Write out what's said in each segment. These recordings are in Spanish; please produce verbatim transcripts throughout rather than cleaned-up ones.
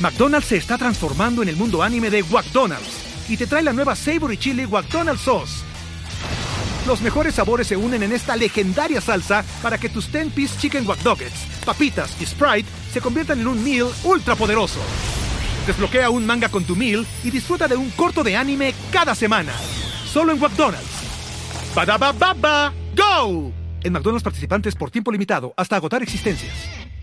McDonald's se está transformando en el mundo anime de McDonald's y te trae la nueva Savory Chili McDonald's Sauce. Los mejores sabores se unen en esta legendaria salsa para que tus ten-piece chicken wack nuggets, papitas y Sprite se conviertan en un meal ultra poderoso. Desbloquea un manga con tu meal y disfruta de un corto de anime cada semana. Solo en McDonald's. ¡Badaba baba! ¡Go! En McDonald's participantes por tiempo limitado hasta agotar existencias.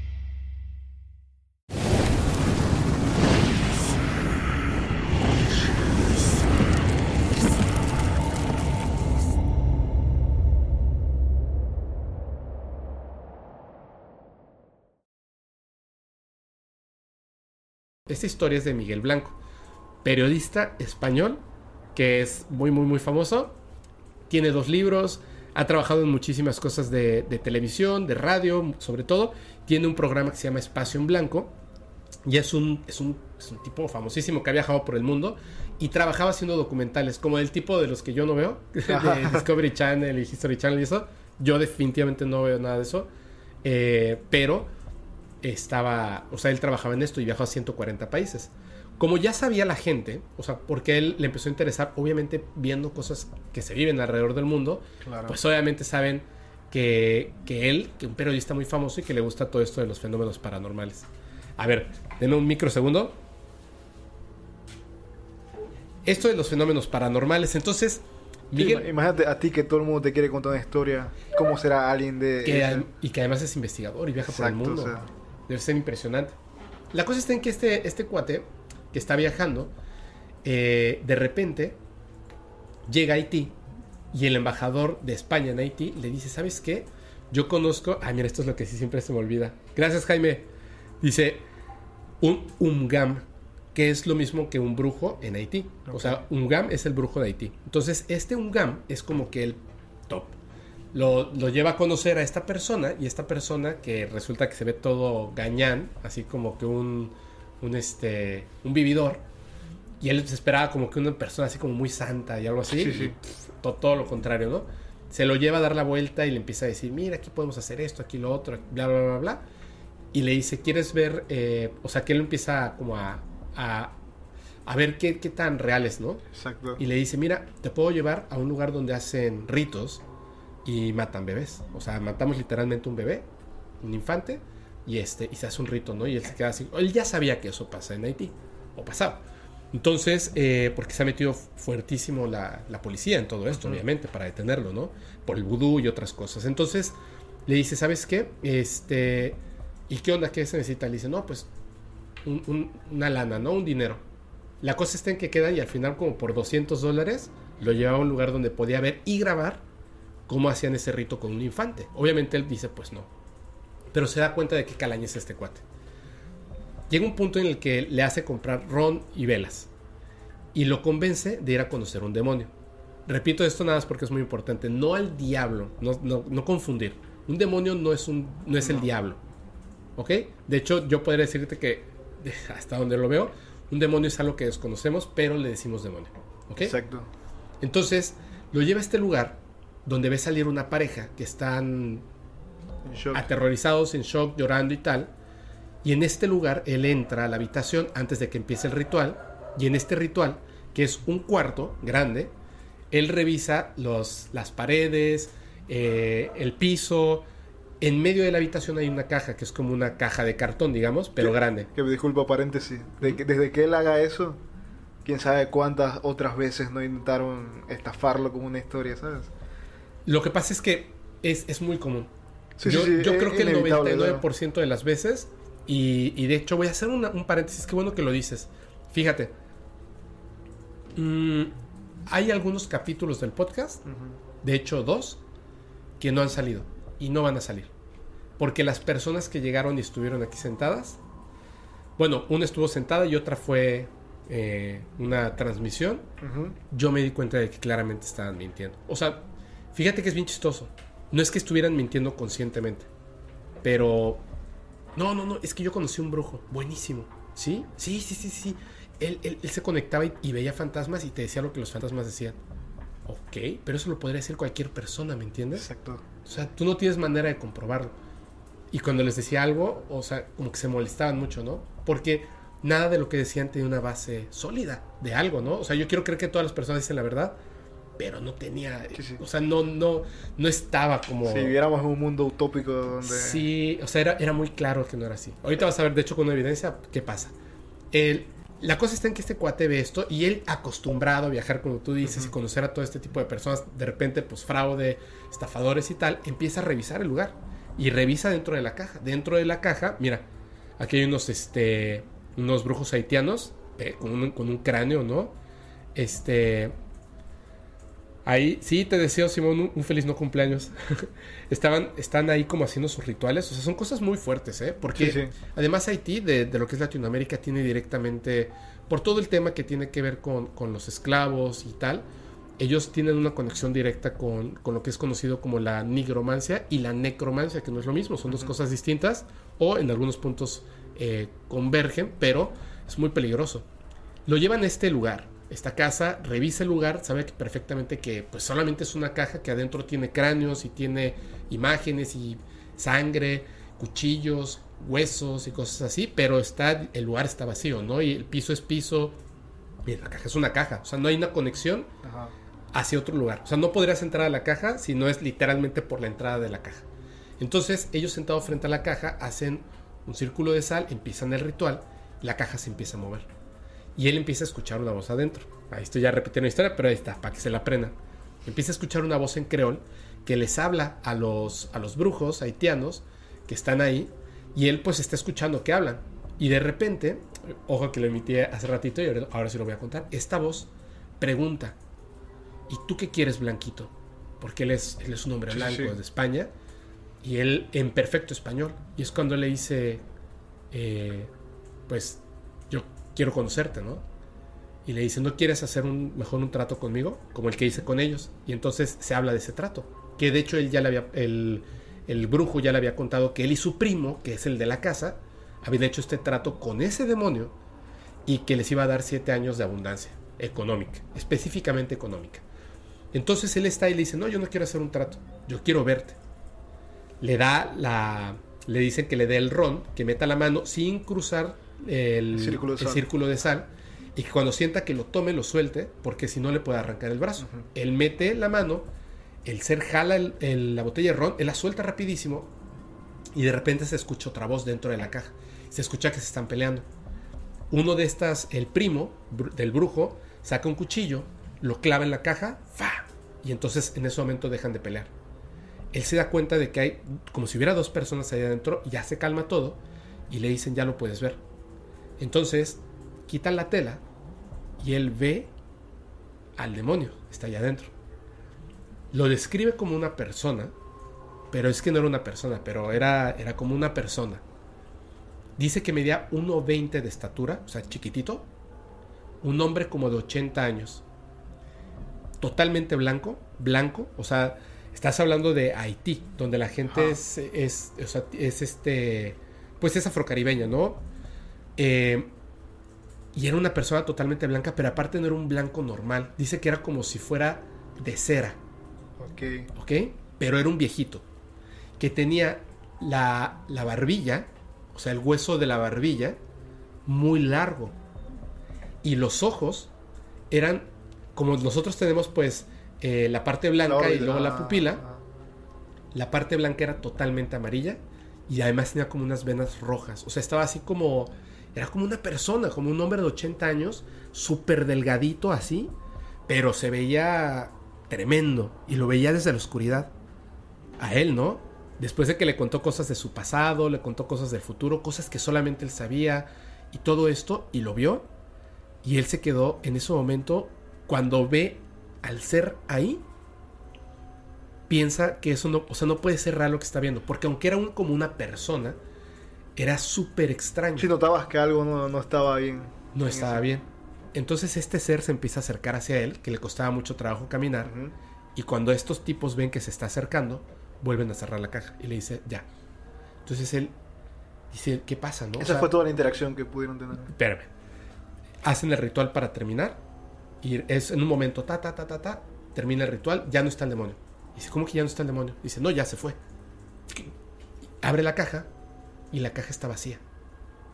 Esta historia es de Miguel Blanco, periodista español que es muy, muy, muy famoso. Tiene dos libros, ha trabajado en muchísimas cosas de, de televisión, de radio, sobre todo. Tiene un programa que se llama Espacio en Blanco y es un, es un, es un tipo famosísimo que ha viajado por el mundo y trabajaba haciendo documentales, como el tipo de los que yo no veo, de Discovery Channel y History Channel y eso. Yo definitivamente no veo nada de eso, eh, pero... estaba, o sea, él trabajaba en esto y viajó a ciento cuarenta países. Como ya sabía la gente, o sea, porque él le empezó a interesar, obviamente viendo cosas que se viven alrededor del mundo, claro. Pues obviamente saben que, que él, que un periodista muy famoso y que le gusta todo esto de los fenómenos paranormales. A ver, denme un microsegundo. Esto de los fenómenos paranormales, entonces... Miguel, sí, imagínate a ti que todo el mundo te quiere contar una historia. ¿Cómo será alguien de...? Que ese... Y que además es investigador y viaja Exacto, por el mundo. O sea... Debe ser impresionante. La cosa está en que este, este cuate que está viajando, eh, de repente llega a Haití y el embajador de España en Haití le dice, ¿sabes qué? Yo conozco... Ay, mira, esto es lo que sí siempre se me olvida. Gracias, Jaime. Dice, un Umgam, que es lo mismo que un brujo en Haití. Okay. O sea, Umgam es el brujo de Haití. Entonces, este Umgam es como que el top. Lo, lo lleva a conocer a esta persona y esta persona que resulta que se ve todo gañán, así como que un, un, este, un vividor. Y él se esperaba como que una persona así como muy santa y algo así. Sí, sí. Y pff, todo, todo lo contrario, ¿no? Se lo lleva a dar la vuelta y le empieza a decir, mira, aquí podemos hacer esto, aquí lo otro, bla, bla, bla, bla. Y le dice, ¿quieres ver? Eh, o sea, que él empieza como a... A, a ver qué, qué tan real es, ¿no? Exacto. Y le dice, mira, te puedo llevar a un lugar donde hacen ritos y matan bebés. O sea, matamos literalmente un bebé, un infante, y este y se hace un rito, ¿no? Y él se queda así. Él ya sabía que eso pasa en Haití, o pasaba. Entonces, eh, porque se ha metido fuertísimo la, la policía en todo esto, uh-huh. obviamente, para detenerlo, ¿no? Por el vudú y otras cosas. Entonces, le dice, ¿sabes qué? Este, ¿y qué onda? ¿Qué se necesita? Le dice, no, pues... Un, un, una lana, ¿no? Un dinero. La cosa está en que queda y al final como por doscientos dólares lo llevaba a un lugar donde podía ver y grabar cómo hacían ese rito con un infante. Obviamente él dice pues no, pero se da cuenta de qué calaña es este cuate. Llega un punto en el que le hace comprar ron y velas y lo convence de ir a conocer un demonio. Repito esto nada más porque es muy importante, no al diablo, no, no, no confundir. Un demonio no es, un, no es el no. diablo, ¿ok? De hecho yo podría decirte que hasta donde lo veo, un demonio es algo que desconocemos, pero le decimos demonio, ¿ok? Exacto. Entonces, lo lleva a este lugar donde ve salir una pareja que están en shock. aterrorizados, en shock, llorando y tal. Y en este lugar, él entra a la habitación antes de que empiece el ritual. Y en este ritual, que es un cuarto grande, él revisa los, las paredes, eh, el piso... En medio de la habitación hay una caja que es como una caja de cartón, digamos, pero que, grande. Que me disculpa, paréntesis. De que, desde que él haga eso, quién sabe cuántas otras veces no intentaron estafarlo con una historia, ¿sabes? Lo que pasa es que es, es muy común. Sí, yo sí, sí, yo es, creo que el noventa y nueve por ciento ¿verdad? De las veces, y, y de hecho voy a hacer una, un paréntesis, qué bueno que lo dices. Fíjate, mmm, hay algunos capítulos del podcast, uh-huh. de hecho dos, que no han salido. Y no van a salir. Porque las personas que llegaron y estuvieron aquí sentadas... Bueno, una estuvo sentada y otra fue eh, una transmisión. Uh-huh. Yo me di cuenta de que claramente estaban mintiendo. O sea, fíjate que es bien chistoso. No es que estuvieran mintiendo conscientemente. Pero... No, no, no. Es que yo conocí un brujo. Buenísimo. ¿Sí? Sí, sí, sí, sí. Él, él, él se conectaba y, y veía fantasmas y te decía lo que los fantasmas decían. Ok, pero eso lo podría decir cualquier persona, ¿me entiendes? Exacto. O sea, tú no tienes manera de comprobarlo. Y cuando les decía algo, o sea, como que se molestaban mucho, ¿no? Porque nada de lo que decían tenía una base sólida de algo, ¿no? O sea, yo quiero creer que todas las personas dicen la verdad, pero no tenía, Sí, sí. o sea, no, no, no estaba como... Si viviéramos en un mundo utópico donde... Sí, o sea, era, era muy claro que no era así. Ahorita vas a ver, de hecho, con una evidencia, qué pasa. El, la cosa está en que este cuate ve esto y él, acostumbrado a viajar, como tú dices, Ujú. y conocer a todo este tipo de personas, de repente, pues fraude, estafadores y tal, empieza a revisar el lugar. Y revisa dentro de la caja. Dentro de la caja, mira, aquí hay unos, este, unos brujos haitianos, eh, con, un, con un cráneo, ¿no? Este... Ahí, sí, te deseo, Simón, un, un feliz no cumpleaños. Estaban, están ahí como haciendo sus rituales. O sea, son cosas muy fuertes, ¿eh? Porque Sí, sí. además Haití, de, de lo que es Latinoamérica, tiene directamente, por todo el tema que tiene que ver con, con los esclavos y tal, ellos tienen una conexión directa con, con lo que es conocido como la nigromancia y la necromancia, que no es lo mismo, son dos Ujú. cosas distintas, o en algunos puntos eh, convergen, pero es muy peligroso. Lo llevan a este lugar, esta casa, revisa el lugar, sabe que perfectamente que pues solamente es una caja que adentro tiene cráneos y tiene imágenes y sangre, cuchillos, huesos y cosas así, pero está, el lugar está vacío, ¿no? Y el piso es piso, y la caja es una caja, o sea, no hay una conexión Ajá. hacia otro lugar. O sea, no podrías entrar a la caja si no es literalmente por la entrada de la caja. Entonces, ellos sentados frente a la caja hacen un círculo de sal, empiezan el ritual, la caja se empieza a mover. Y él empieza a escuchar una voz adentro. Ahí estoy ya repitiendo la historia, pero ahí está, para que se la aprendan. Empieza a escuchar una voz en creol que les habla a los, a los brujos haitianos que están ahí. Y él pues está escuchando que hablan. Y de repente, ojo que lo emití hace ratito y ahora, ahora sí lo voy a contar. Esta voz pregunta: ¿y tú qué quieres, Blanquito? Porque él es, él es un hombre Sí, blanco, sí. de España. Y él en perfecto español. Y es cuando le dice, eh, pues yo quiero conocerte, ¿no? Y le dice, ¿no quieres hacer un, mejor un trato conmigo? Como el que hice con ellos. Y entonces se habla de ese trato. Que de hecho él ya le había, el, el brujo ya le había contado que él y su primo, que es el de la casa, habían hecho este trato con ese demonio y que les iba a dar siete años de abundancia económica, específicamente económica. Entonces él está y le dice, no, yo no quiero hacer un trato, yo quiero verte. Le da la... Le dicen que le dé el ron, que meta la mano sin cruzar el, El círculo de el sal. círculo de sal, y que cuando sienta que lo tome lo suelte, porque si no le puede arrancar el brazo. Ujú. Él mete la mano, el ser jala el- el- la botella de ron, él la suelta rapidísimo y de repente se escucha otra voz dentro de la caja. Se escucha que se están peleando. Uno de estas, el primo br- del brujo, saca un cuchillo, lo clava en la caja, ¡fa! Y entonces en ese momento dejan de pelear. Él se da cuenta de que hay como si hubiera dos personas ahí adentro, ya se calma todo y le dicen, ya lo puedes ver. Entonces quitan la tela y él ve al demonio, está allá adentro. Lo describe como una persona, pero es que no era una persona, pero era, era como una persona. Dice que medía uno veinte de estatura, o sea, chiquitito. Un hombre como de ochenta años. Totalmente blanco, blanco, o sea, estás hablando de Haití, donde la gente Ajá. es, es, o sea, es este, pues es afrocaribeña, ¿no? Eh, y era una persona totalmente blanca, pero aparte no era un blanco normal. Dice que era como si fuera de cera, Ok. ¿ok? Pero era un viejito, que tenía la, la barbilla, o sea, el hueso de la barbilla, muy largo. Y los ojos eran, como nosotros tenemos pues eh, la parte blanca La y órbita, luego la ah, pupila, ah. la parte blanca era totalmente amarilla y además tenía como unas venas rojas. O sea, estaba así como, era como una persona, como un hombre de ochenta años, súper delgadito así, pero se veía tremendo y lo veía desde la oscuridad. A él, ¿no? Después de que le contó cosas de su pasado, le contó cosas del futuro, cosas que solamente él sabía y todo esto, y lo vio. Y él se quedó en ese momento, cuando ve al ser ahí, piensa que eso no, o sea, no puede ser real lo que está viendo, porque aunque era un, como una persona, era súper extraño. Sí, notabas que algo no, no estaba bien. No en estaba ese- bien. Entonces este ser se empieza a acercar hacia él, que le costaba mucho trabajo caminar, Ujú. y cuando estos tipos ven que se está acercando, vuelven a cerrar la caja y le dice, ya. Entonces él dice, ¿qué pasa, no? O Esa sea, fue toda la interacción que pudieron tener. espérame. Hacen el ritual para terminar. Y es en un momento, ta, ta, ta, ta, ta. Termina el ritual, ya no está el demonio. Dice, ¿cómo que ya no está el demonio? Dice, no, ya se fue. Abre la caja y la caja está vacía.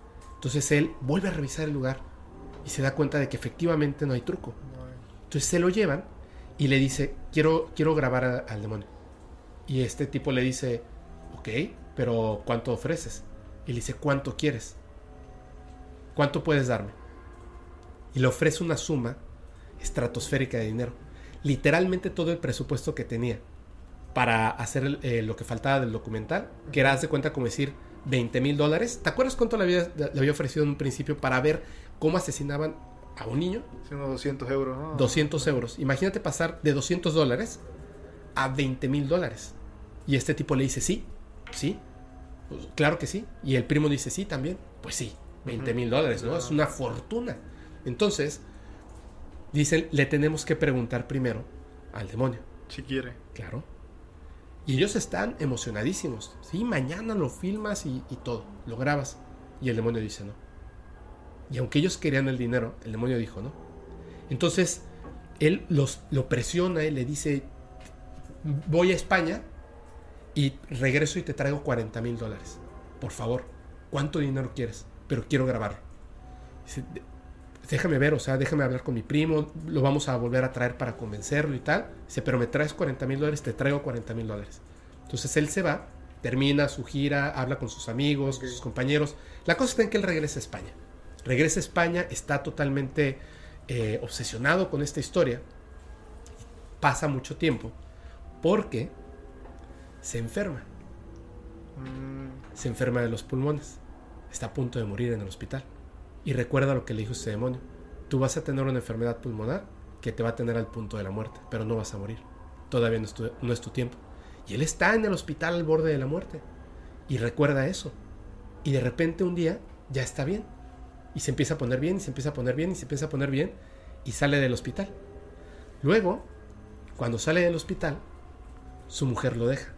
Entonces él vuelve a revisar el lugar y se da cuenta de que efectivamente no hay truco. Entonces se lo llevan y le dice, quiero, quiero grabar a, al demonio. Y este tipo le dice, ok, pero ¿cuánto ofreces? Y le dice, ¿cuánto quieres? ¿Cuánto puedes darme? Y le ofrece una suma estratosférica de dinero. Literalmente todo el presupuesto que tenía para hacer eh, lo que faltaba del documental, que era, haz de cuenta, como decir, veinte mil dólares. ¿Te acuerdas cuánto le había, le había ofrecido en un principio para ver cómo asesinaban a un niño? Sí, unos doscientos euros, ¿no? doscientos euros. Imagínate pasar de doscientos dólares a veinte mil dólares. Y este tipo le dice, sí, sí, pues, claro que sí. Y el primo dice, sí, también. Pues sí, veinte mil dólares, ¿no? Es una fortuna. Entonces, dicen, le tenemos que preguntar primero al demonio. Si quiere. Claro. Y ellos están emocionadísimos. Sí, mañana lo filmas y, y todo, lo grabas. Y el demonio dice no. Y aunque ellos querían el dinero, el demonio dijo no. Entonces, él los, lo presiona y le dice, voy a España y regreso y te traigo cuarenta mil dólares. Por favor, ¿cuánto dinero quieres? Pero quiero grabarlo. Dice, déjame ver, o sea, déjame hablar con mi primo, lo vamos a volver a traer para convencerlo y tal. Dice, pero me traes cuarenta mil dólares, te traigo cuarenta mil dólares. Entonces él se va, termina su gira, habla con sus amigos, okay, con sus compañeros. La cosa está en que él regresa a España. Regresa a España, está totalmente eh, obsesionado con esta historia. Pasa mucho tiempo porque se enferma. Mm. Se enferma de los pulmones. Está a punto de morir en el hospital. Y recuerda lo que le dijo ese demonio. Tú vas a tener una enfermedad pulmonar que te va a tener al punto de la muerte, pero no vas a morir. Todavía no es tu, no es tu tiempo. Y él está en el hospital al borde de la muerte. Y recuerda eso. Y de repente un día ya está bien. Y se empieza a poner bien, y se empieza a poner bien, y se empieza a poner bien. Y sale del hospital. Luego, cuando sale del hospital, su mujer lo deja.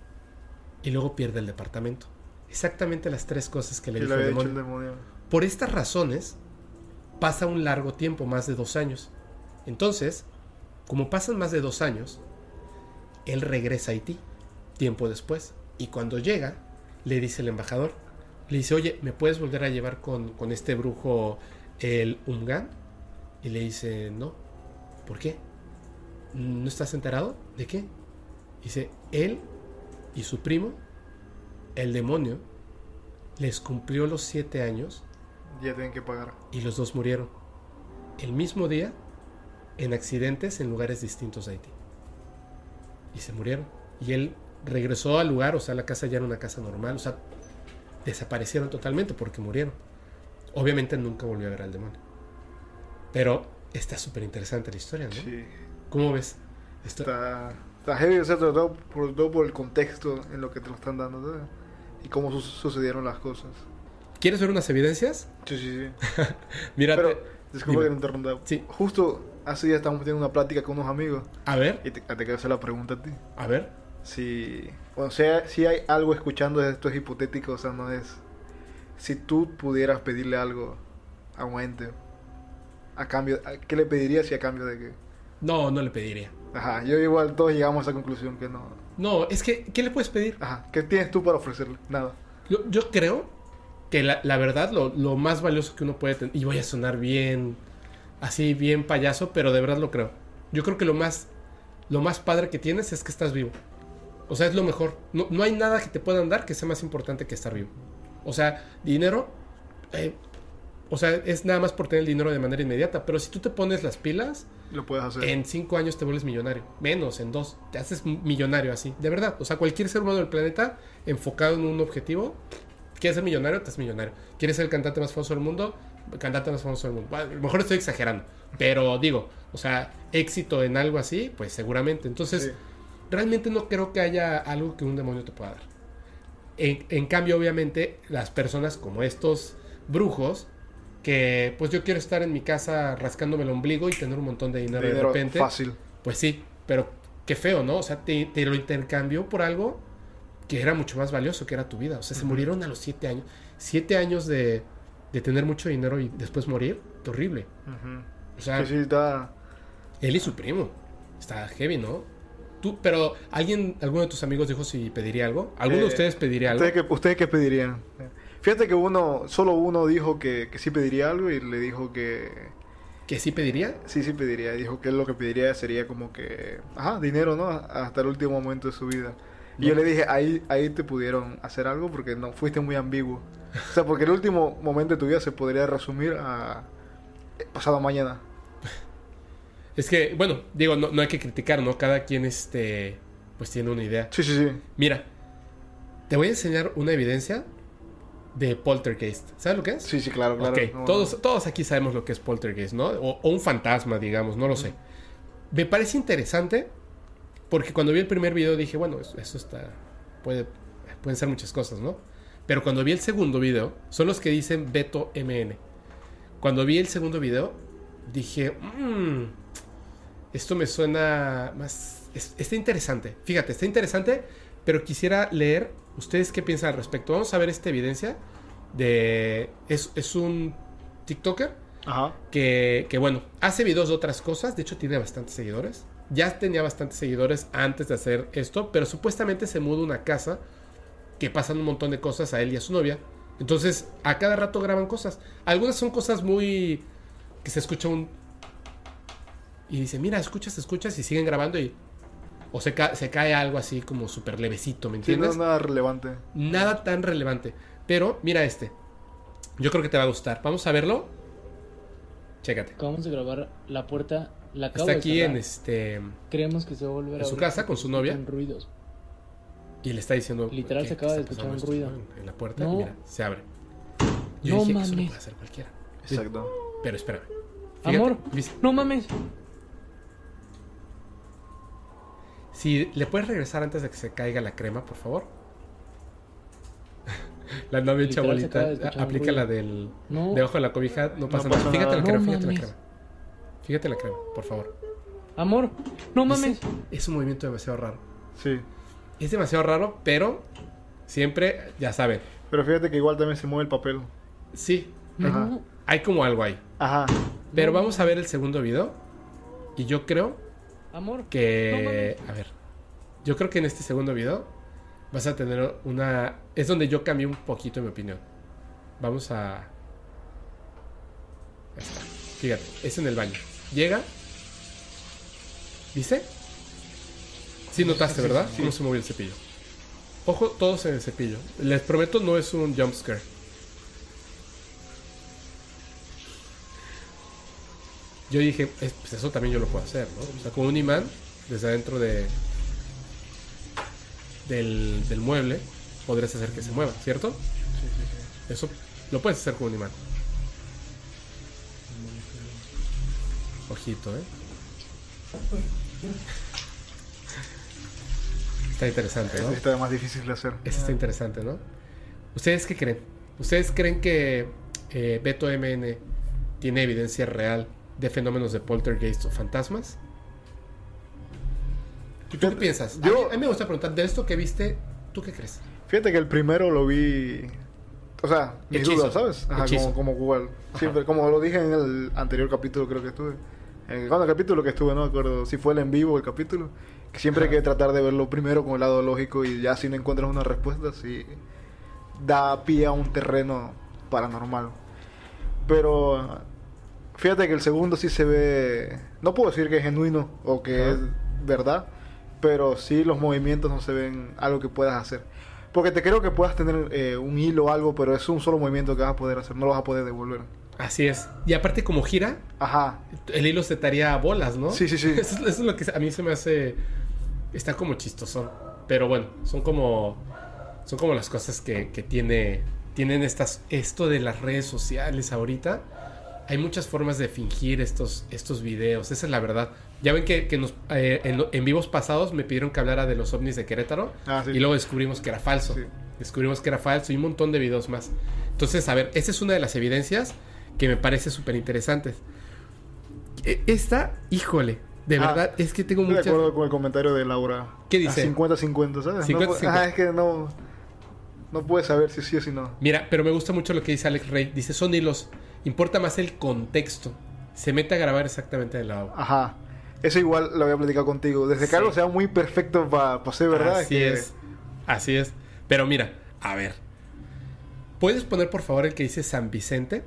Y luego pierde el departamento. Exactamente las tres cosas que le dijo el demonio. el demonio. Por estas razones, pasa un largo tiempo, más de dos años. Entonces, como pasan más de dos años, él regresa a Haití, tiempo después. Y cuando llega, le dice el embajador, le dice, oye, ¿me puedes volver a llevar con, con este brujo, el Umgan? Y le dice, no. ¿Por qué? ¿No estás enterado? ¿De qué? Dice, él y su primo, el demonio, les cumplió los siete años. Ya tienen que pagar. Y los dos murieron el mismo día en accidentes en lugares distintos de Haití. Y se murieron. Y él regresó al lugar, o sea, la casa ya era una casa normal, o sea, desaparecieron totalmente porque murieron. Obviamente nunca volvió a ver al demonio. Pero está súper interesante la historia, ¿no? Sí. ¿Cómo ves? Esto... Está, está heavy, o sea, sobre todo por, todo por el contexto en lo que te lo están dando, ¿no? Y cómo su- sucedieron las cosas. ¿Quieres ver unas evidencias? Sí, sí, sí. Mira, pero, disculpa que te interrumpa. Sí. Justo hace días estábamos teniendo una plática con unos amigos. A ver. Y te, te quiero hacer la pregunta a ti. A ver. Si, bueno, sea, si hay algo escuchando, esto es hipotético, o sea, no es... Si tú pudieras pedirle algo a un ente, a cambio, ¿qué le pedirías y a cambio de qué? No, no le pediría. Ajá, yo igual todos llegamos a esa conclusión que no. No, es que, ¿qué le puedes pedir? Ajá, ¿qué tienes tú para ofrecerle? Nada. Yo, yo creo que la, la verdad, lo, lo más valioso que uno puede tener, y voy a sonar bien, así bien payaso, pero de verdad lo creo. Yo creo que lo más, lo más padre que tienes es que estás vivo. O sea, es lo mejor. No, no hay nada que te puedan dar que sea más importante que estar vivo. O sea, dinero, eh, o sea, es nada más por tener el dinero de manera inmediata. Pero si tú te pones las pilas, lo puedes hacer. En cinco años te vuelves millonario. Menos, en dos. Te haces millonario así. De verdad. O sea, cualquier ser humano del planeta enfocado en un objetivo, quieres ser millonario, te haces millonario. ¿Quieres ser el cantante más famoso del mundo? Cantante más famoso del mundo. Bueno, a lo mejor estoy exagerando. Pero digo, o sea, éxito en algo así, pues seguramente. Entonces, sí. Realmente no creo que haya algo que un demonio te pueda dar. En, en cambio, obviamente, las personas como estos brujos, que pues yo quiero estar en mi casa rascándome el ombligo y tener un montón de dinero, dinero de repente. Fácil. Pues sí, pero qué feo, ¿no? O sea, te, te lo intercambió por algo que era mucho más valioso, que era tu vida. O sea, uh-huh. Se murieron a los siete años. Siete años de, de tener mucho dinero y después morir, qué horrible. Uh-huh. O sea, sí, sí, está... él y su primo. Está heavy, ¿no? Tú, pero ¿alguien, alguno de tus amigos dijo si pediría algo? ¿Alguno eh, de ustedes pediría algo? ¿Ustedes qué, ¿Ustedes qué pedirían? Fíjate que uno, solo uno dijo que, que sí pediría algo y le dijo que... ¿Que sí pediría? Sí, sí pediría. Dijo que él lo que pediría sería como que... Ajá, dinero, ¿no? Hasta el último momento de su vida. Y No. yo le dije, ahí, ahí te pudieron hacer algo porque no fuiste muy ambiguo. O sea, porque el último momento de tu vida se podría resumir a... pasado mañana. Es que, bueno, digo, no, no hay que criticar, ¿no? Cada quien, este, pues tiene una idea. Sí, sí, sí. Mira, te voy a enseñar una evidencia de poltergeist. ¿Sabes lo que es? Sí, sí, claro, claro. Ok, No, todos, no. todos aquí sabemos lo que es poltergeist, ¿no? O, o un fantasma, digamos, no lo sé. Me parece interesante porque cuando vi el primer video dije, bueno, eso, eso está... Puede, pueden ser muchas cosas, ¿no? Pero cuando vi el segundo video, son los que dicen Beto M N. Cuando vi el segundo video, dije, mmm, esto me suena más... es- está interesante. Fíjate, está interesante, pero quisiera leer, ¿ustedes qué piensan al respecto? Vamos a ver esta evidencia de... Es, es un TikToker Ajá. que, que, bueno, hace videos de otras cosas. De hecho, tiene bastantes seguidores. Ya tenía bastantes seguidores antes de hacer esto, pero supuestamente se muda a una casa que pasan un montón de cosas a él y a su novia. Entonces, a cada rato graban cosas. Algunas son cosas muy... que se escucha un... y dice, mira, escuchas, escuchas, y siguen grabando y... o se, ca- se cae algo así como súper levecito, ¿me Sí, no entiendes? es nada relevante. Nada tan relevante. Pero, mira este. Yo creo que te va a gustar. Vamos a verlo. Chécate. Acabamos de grabar la puerta. La acabo Está de aquí cerrar. en este... Creemos que se va a volver en a su abrir casa con porque su se novia. escuchan ruidos. Y le está diciendo... Literal, ¿qué- se qué acaba de está escuchar pasando un esto, ruido. no? En la puerta, No. mira, se abre. Yo No dije, eso lo mames. puede hacer cualquiera. Exacto. Pero espérame. Fíjate, Amor, ¿viste? no mames. Si le puedes regresar antes de que se caiga la crema, por favor. La novia Literal, se chabolita acaba de escuchar un aplica ruido. la del... No. debajo de la cobija, no pasa No nada. pasa Fíjate la nada. crema, No fíjate la mames. crema. Fíjate la crema, por favor. Amor, no mames. ¿Viste? Es un movimiento demasiado raro. Sí. Es demasiado raro, pero siempre, ya saben, Pero fíjate que igual también se mueve el papel. sí, Ajá. No. hay como algo ahí. Ajá. Pero No. vamos a ver el segundo video. Y yo creo Amor. que... No a ver. Yo creo que en este segundo video vas a tener una... es donde yo cambié un poquito mi opinión. Vamos a... Ahí está. Fíjate, es en el baño. Llega. ¿Viste? Sí notaste, ¿verdad? Cómo se movió el cepillo. Ojo, todos en el cepillo. Les prometo, no es un jump scare. Yo dije, es- pues eso también yo lo puedo hacer, ¿no? O sea, con un imán, desde adentro de del, del mueble, podrías hacer que se mueva, ¿cierto? Sí, sí, sí. Eso lo puedes hacer con un imán. Ojito, ¿eh? Está interesante, ¿no? Ese está más difícil de hacer. Eso está interesante, ¿no? ¿Ustedes qué creen? ¿Ustedes creen que eh, Beto M N tiene evidencia real de fenómenos de poltergeist o fantasmas? ¿Tú qué piensas? A, Yo- mí, a mí me gusta preguntar, de esto que viste, ¿tú qué crees? Fíjate que el primero lo vi. O sea, mis Hechizo. dudas, ¿sabes? Ajá, Hechizo. como, como igual. Siempre, como lo dije en el anterior capítulo, creo que estuve. En el, bueno, el capítulo que estuve, no me acuerdo si fue el en vivo o el capítulo. Que siempre hay que tratar de verlo primero con el lado lógico y ya si no encuentras una respuesta, sí da pie a un terreno paranormal. Pero fíjate que el segundo sí se ve. No puedo decir que es genuino o que Ajá. es verdad, pero sí los movimientos no se ven algo que puedas hacer. Porque te creo que puedas tener eh, un hilo o algo, pero es un solo movimiento que vas a poder hacer, no lo vas a poder devolver. Así es. Y aparte, como gira, Ajá. el hilo se te haría bolas, ¿no? Sí, sí, sí. Eso, es- eso es lo que a mí se me hace... Está como chistosón. Pero bueno, son como... Son como las cosas que, que tiene... Tienen estas... Esto de las redes sociales ahorita. Hay muchas formas de fingir estos, estos videos. Esa es la verdad. Ya ven que, que nos, eh, en, en vivos pasados me pidieron que hablara de los ovnis de Querétaro. Ah, sí. Y luego descubrimos que era falso. Sí. Descubrimos que era falso y un montón de videos más. Entonces, a ver, esa es una de las evidencias que me parece súper interesantes. E- Esta, híjole, de Ah, verdad, es que tengo Estoy de muchas... acuerdo con el comentario de Laura. ¿Qué dice? cincuenta cincuenta, ¿sabes? cincuenta no, pu- cincuenta. Ajá, es que no. No puedes saber si sí o si no. Mira, pero me gusta mucho lo que dice Alex Rey. Dice, son hilos. Importa más el contexto. Se mete a grabar exactamente de lado. Ajá. Eso igual lo voy a platicar contigo. Desde que Sí. algo sea muy perfecto para ser verdad. Así que- es. Así es. Pero mira, a ver. ¿Puedes poner por favor el que dice San Vicente?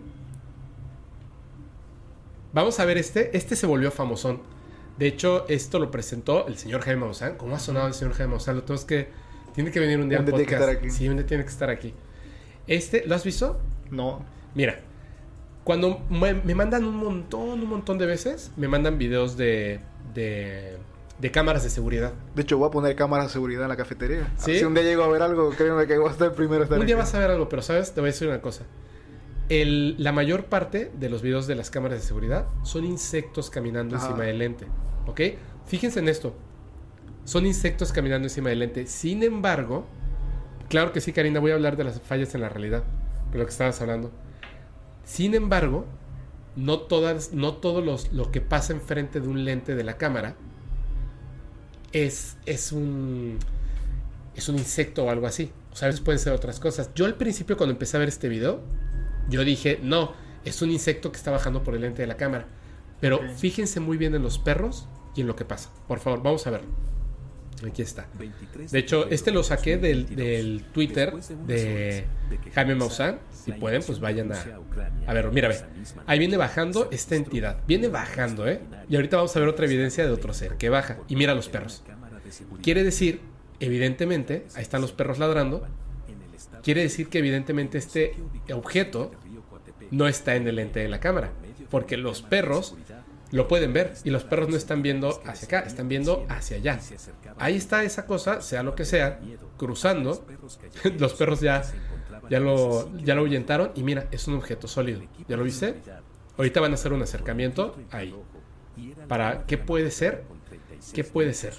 Vamos a ver este. Este se volvió famosón. De hecho, esto lo presentó el señor Jaime Maussan. ¿Cómo ha sonado el señor Jaime Maussan? Lo tenemos que... Tiene que venir un día al ¿Dónde tiene que podcast. estar aquí? Sí, un día tiene que estar aquí. Este, ¿lo has visto? No. Mira, cuando me, me mandan un montón, un montón de veces, me mandan videos de, de, de cámaras de seguridad. De hecho, voy a poner cámaras de seguridad en la cafetería. ¿Sí? Si un día llego a ver algo, créeme que voy a estar el primero a estar Un día aquí. vas a ver algo, pero ¿sabes? Te voy a decir una cosa. El, la mayor parte de los videos de las cámaras de seguridad son insectos caminando Ajá. encima del lente. ¿Ok? Fíjense en esto. Son insectos caminando encima del lente. Sin embargo, claro que sí, Karina, voy a hablar de las fallas en la realidad, de lo que estabas hablando. Sin embargo, no todas, no todo los, lo que pasa enfrente de un lente de la cámara es, es un es un insecto o algo así. O sea, a veces pueden ser otras cosas. Yo al principio, cuando empecé a ver este video, yo dije, no, es un insecto que está bajando por el lente de la cámara. Pero Ok. fíjense muy bien en los perros y en lo que pasa. Por favor, vamos a verlo. Aquí está. De hecho, este lo saqué del, del Twitter de Jaime Maussan. Si pueden, pues vayan a... A ver, mira, ve. Ahí viene bajando esta entidad. Viene bajando, ¿eh? Y ahorita vamos a ver otra evidencia de otro ser que baja. Y mira los perros. Quiere decir, evidentemente, ahí están los perros ladrando. Quiere decir que evidentemente este objeto no está en el lente de la cámara. Porque los perros lo pueden ver. Y los perros no están viendo hacia acá, están viendo hacia allá. Ahí está esa cosa, sea lo que sea, cruzando. Los perros ya, ya, lo, ya lo ahuyentaron. Y mira, es un objeto sólido. ¿Ya lo viste? Ahorita van a hacer un acercamiento ahí. Para, ¿qué puede ser? ¿Qué puede ser?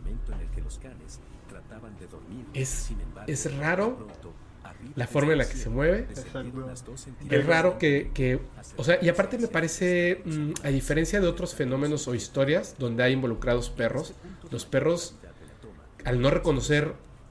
Es, es raro la forma en la que se mueve. Exacto. Es raro que, que... O sea, y aparte me parece, mmm, a diferencia de otros fenómenos o historias donde hay involucrados perros, los perros, al no reconocer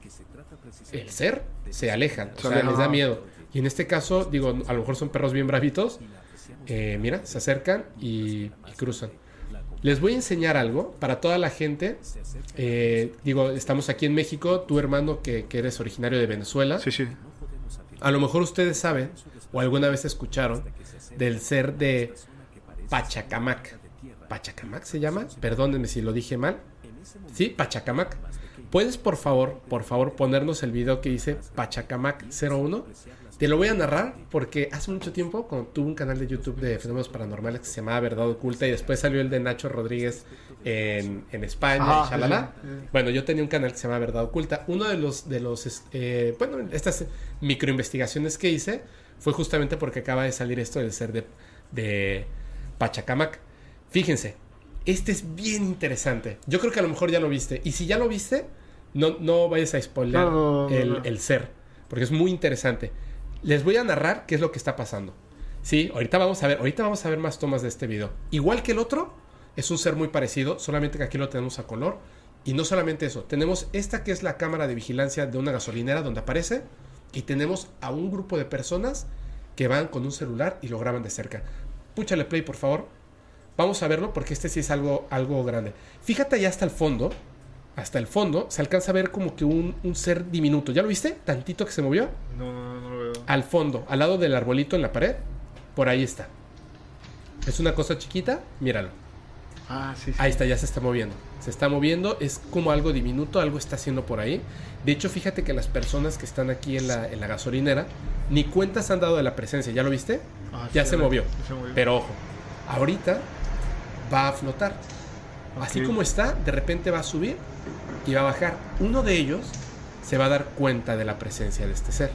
el ser, se alejan. O Se sea, alejan. les da miedo. Y en este caso, digo, a lo mejor son perros bien bravitos. Eh, mira, se acercan y, y cruzan. Les voy a enseñar algo para toda la gente. Eh, digo, estamos aquí en México. Tú, hermano, que, que eres originario de Venezuela. Sí, sí. A lo mejor ustedes saben, o alguna vez escucharon, del ser de Pachacamac. ¿Pachacamac se llama? Perdónenme si lo dije mal. Sí, Pachacamac. ¿Puedes, por favor, por favor, ponernos el video que dice Pachacamac cero uno? Te lo voy a narrar porque hace mucho tiempo, cuando tuve un canal de YouTube de fenómenos paranormales que se llamaba Verdad Oculta, y después salió el de Nacho Rodríguez en, en España, Ajá, y shalala. sí, sí. Bueno, yo tenía un canal que se llama Verdad Oculta. Uno de los, de los eh, bueno, estas microinvestigaciones que hice fue justamente porque acaba de salir esto del ser de, de Pachacamac. Fíjense, este es bien interesante. Yo creo que a lo mejor ya lo viste. Y si ya lo viste, no, no vayas a spoilear No, no, no, el, no. el ser, porque es muy interesante. Les voy a narrar qué es lo que está pasando. Sí, ahorita vamos a ver, ahorita vamos a ver más tomas de este video. Igual que el otro, es un ser muy parecido, solamente que aquí lo tenemos a color. Y no solamente eso, tenemos esta que es la cámara de vigilancia de una gasolinera donde aparece, y tenemos a un grupo de personas que van con un celular y lo graban de cerca. Púchale play, por favor. Vamos a verlo porque este sí es algo, algo grande. Fíjate allá hasta el fondo, hasta el fondo, se alcanza a ver como que un, un ser diminuto. ¿Ya lo viste? Tantito que se movió. No, no, no lo veo. Al fondo, al lado del arbolito en la pared, por ahí está. Es una cosa chiquita, míralo. Ah, sí, sí. Ahí está, ya se está moviendo. Se está moviendo, es como algo diminuto, algo está haciendo por ahí. De hecho, fíjate que las personas que están aquí en la, en la gasolinera, ni cuenta se han dado de la presencia. ¿Ya lo viste? Ah, Ya sí, se ya movió. ya se movió. Pero ojo, ahorita va a flotar. Así Ok. como está, de repente va a subir y va a bajar. Uno de ellos se va a dar cuenta de la presencia de este ser.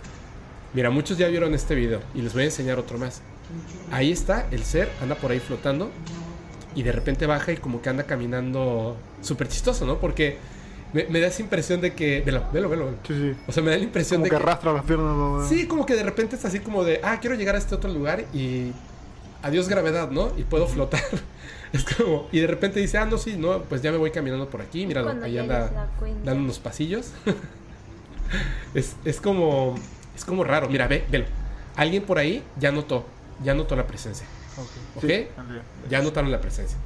Mira, muchos ya vieron este video y les voy a enseñar otro más. Ahí está, el ser anda por ahí flotando y de repente baja y como que anda caminando súper chistoso, ¿no? Porque me, me da esa impresión de que... Velo, velo, velo. velo. Sí, sí. O sea, me da la impresión Como de que que... arrastra las piernas. ¿no? Sí, como que de repente es así como de, ah, quiero llegar a este otro lugar y adiós gravedad, ¿no? Y puedo flotar. Es como, y de repente dice, ah, no, sí, no, pues ya me voy caminando por aquí, míralo, Cuando ahí ya anda se da cuenta. dando unos pasillos. es, es como, es como raro, mira, ve, velo. Alguien por ahí ya notó, ya notó la presencia. Ok. ¿Ok? Sí, Andrea. Ya notaron la presencia.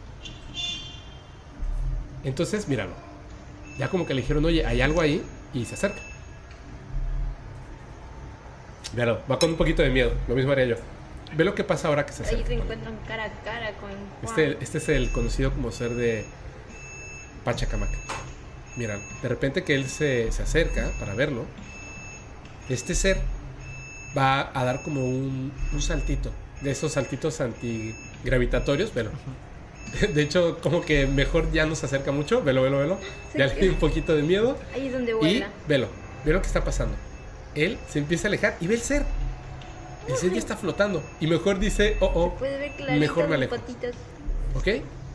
Entonces, míralo. Ya como que le dijeron, oye, hay algo ahí, y se acerca. Véalo, va con un poquito de miedo. Lo mismo haría yo. Ve lo que pasa ahora que se Ahí acerca. se encuentran cara a cara con Juan. Este, este es el conocido como ser de Pachacamac. Mira, de repente que él se, se acerca para verlo, este ser va a dar como un, un saltito. De esos saltitos antigravitatorios, velo. De hecho, como que mejor ya no se acerca mucho. Velo, velo, velo. Ya le dio un poquito de miedo. Ahí es donde Y vuela. velo, ve lo que está pasando. Él se empieza a alejar y ve el ser. El ser ya está flotando. Y mejor dice, oh, oh, Puede ver clarito mejor me sus alejo. patitas. ¿Ok?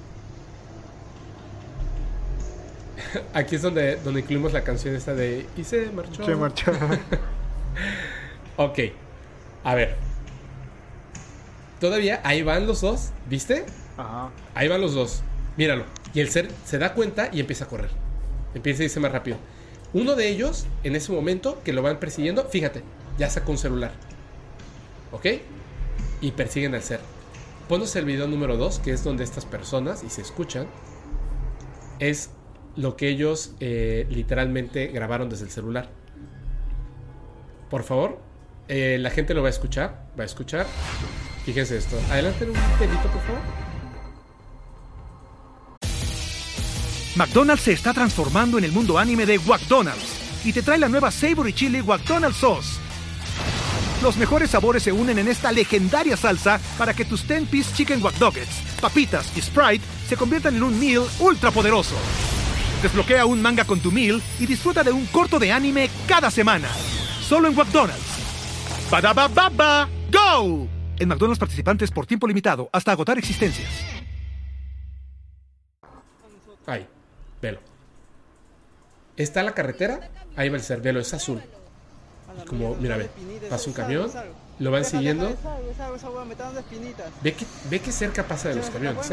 Aquí es donde, donde incluimos la canción esta de y se marchó. Se marchó. Ok. A ver. Todavía ahí van los dos. ¿Viste? Ajá. Ahí van los dos. Míralo. Y el ser se da cuenta y empieza a correr. Empieza a irse más rápido. Uno de ellos, en ese momento que lo van persiguiendo, fíjate, ya sacó un celular. ¿Ok? Y persiguen al ser. Ponos el video número dos, que es donde estas personas, y se escuchan, es lo que ellos eh, literalmente grabaron desde el celular. Por favor, eh, la gente lo va a escuchar. Va a escuchar. Fíjense esto. Adelante un pelito, por favor. McDonald's se está transformando en el mundo anime de McDonald's y te trae la nueva Savory Chili McDonald's Sauce. Los mejores sabores se unen en esta legendaria salsa para que tus ten piece chicken wack nuggets, papitas y Sprite se conviertan en un meal ultra poderoso. Desbloquea un manga con tu meal y disfruta de un corto de anime cada semana. Solo en McDonald's. ¡Badabababa! ¡Go! En McDonald's participantes por tiempo limitado hasta agotar existencias. Ahí, velo. Está la carretera, ahí va el ser, velo, es azul. Y como, mira, ve, pasa un camión, lo van siguiendo. Ve que, ve que cerca pasa de los camiones, ¿eh?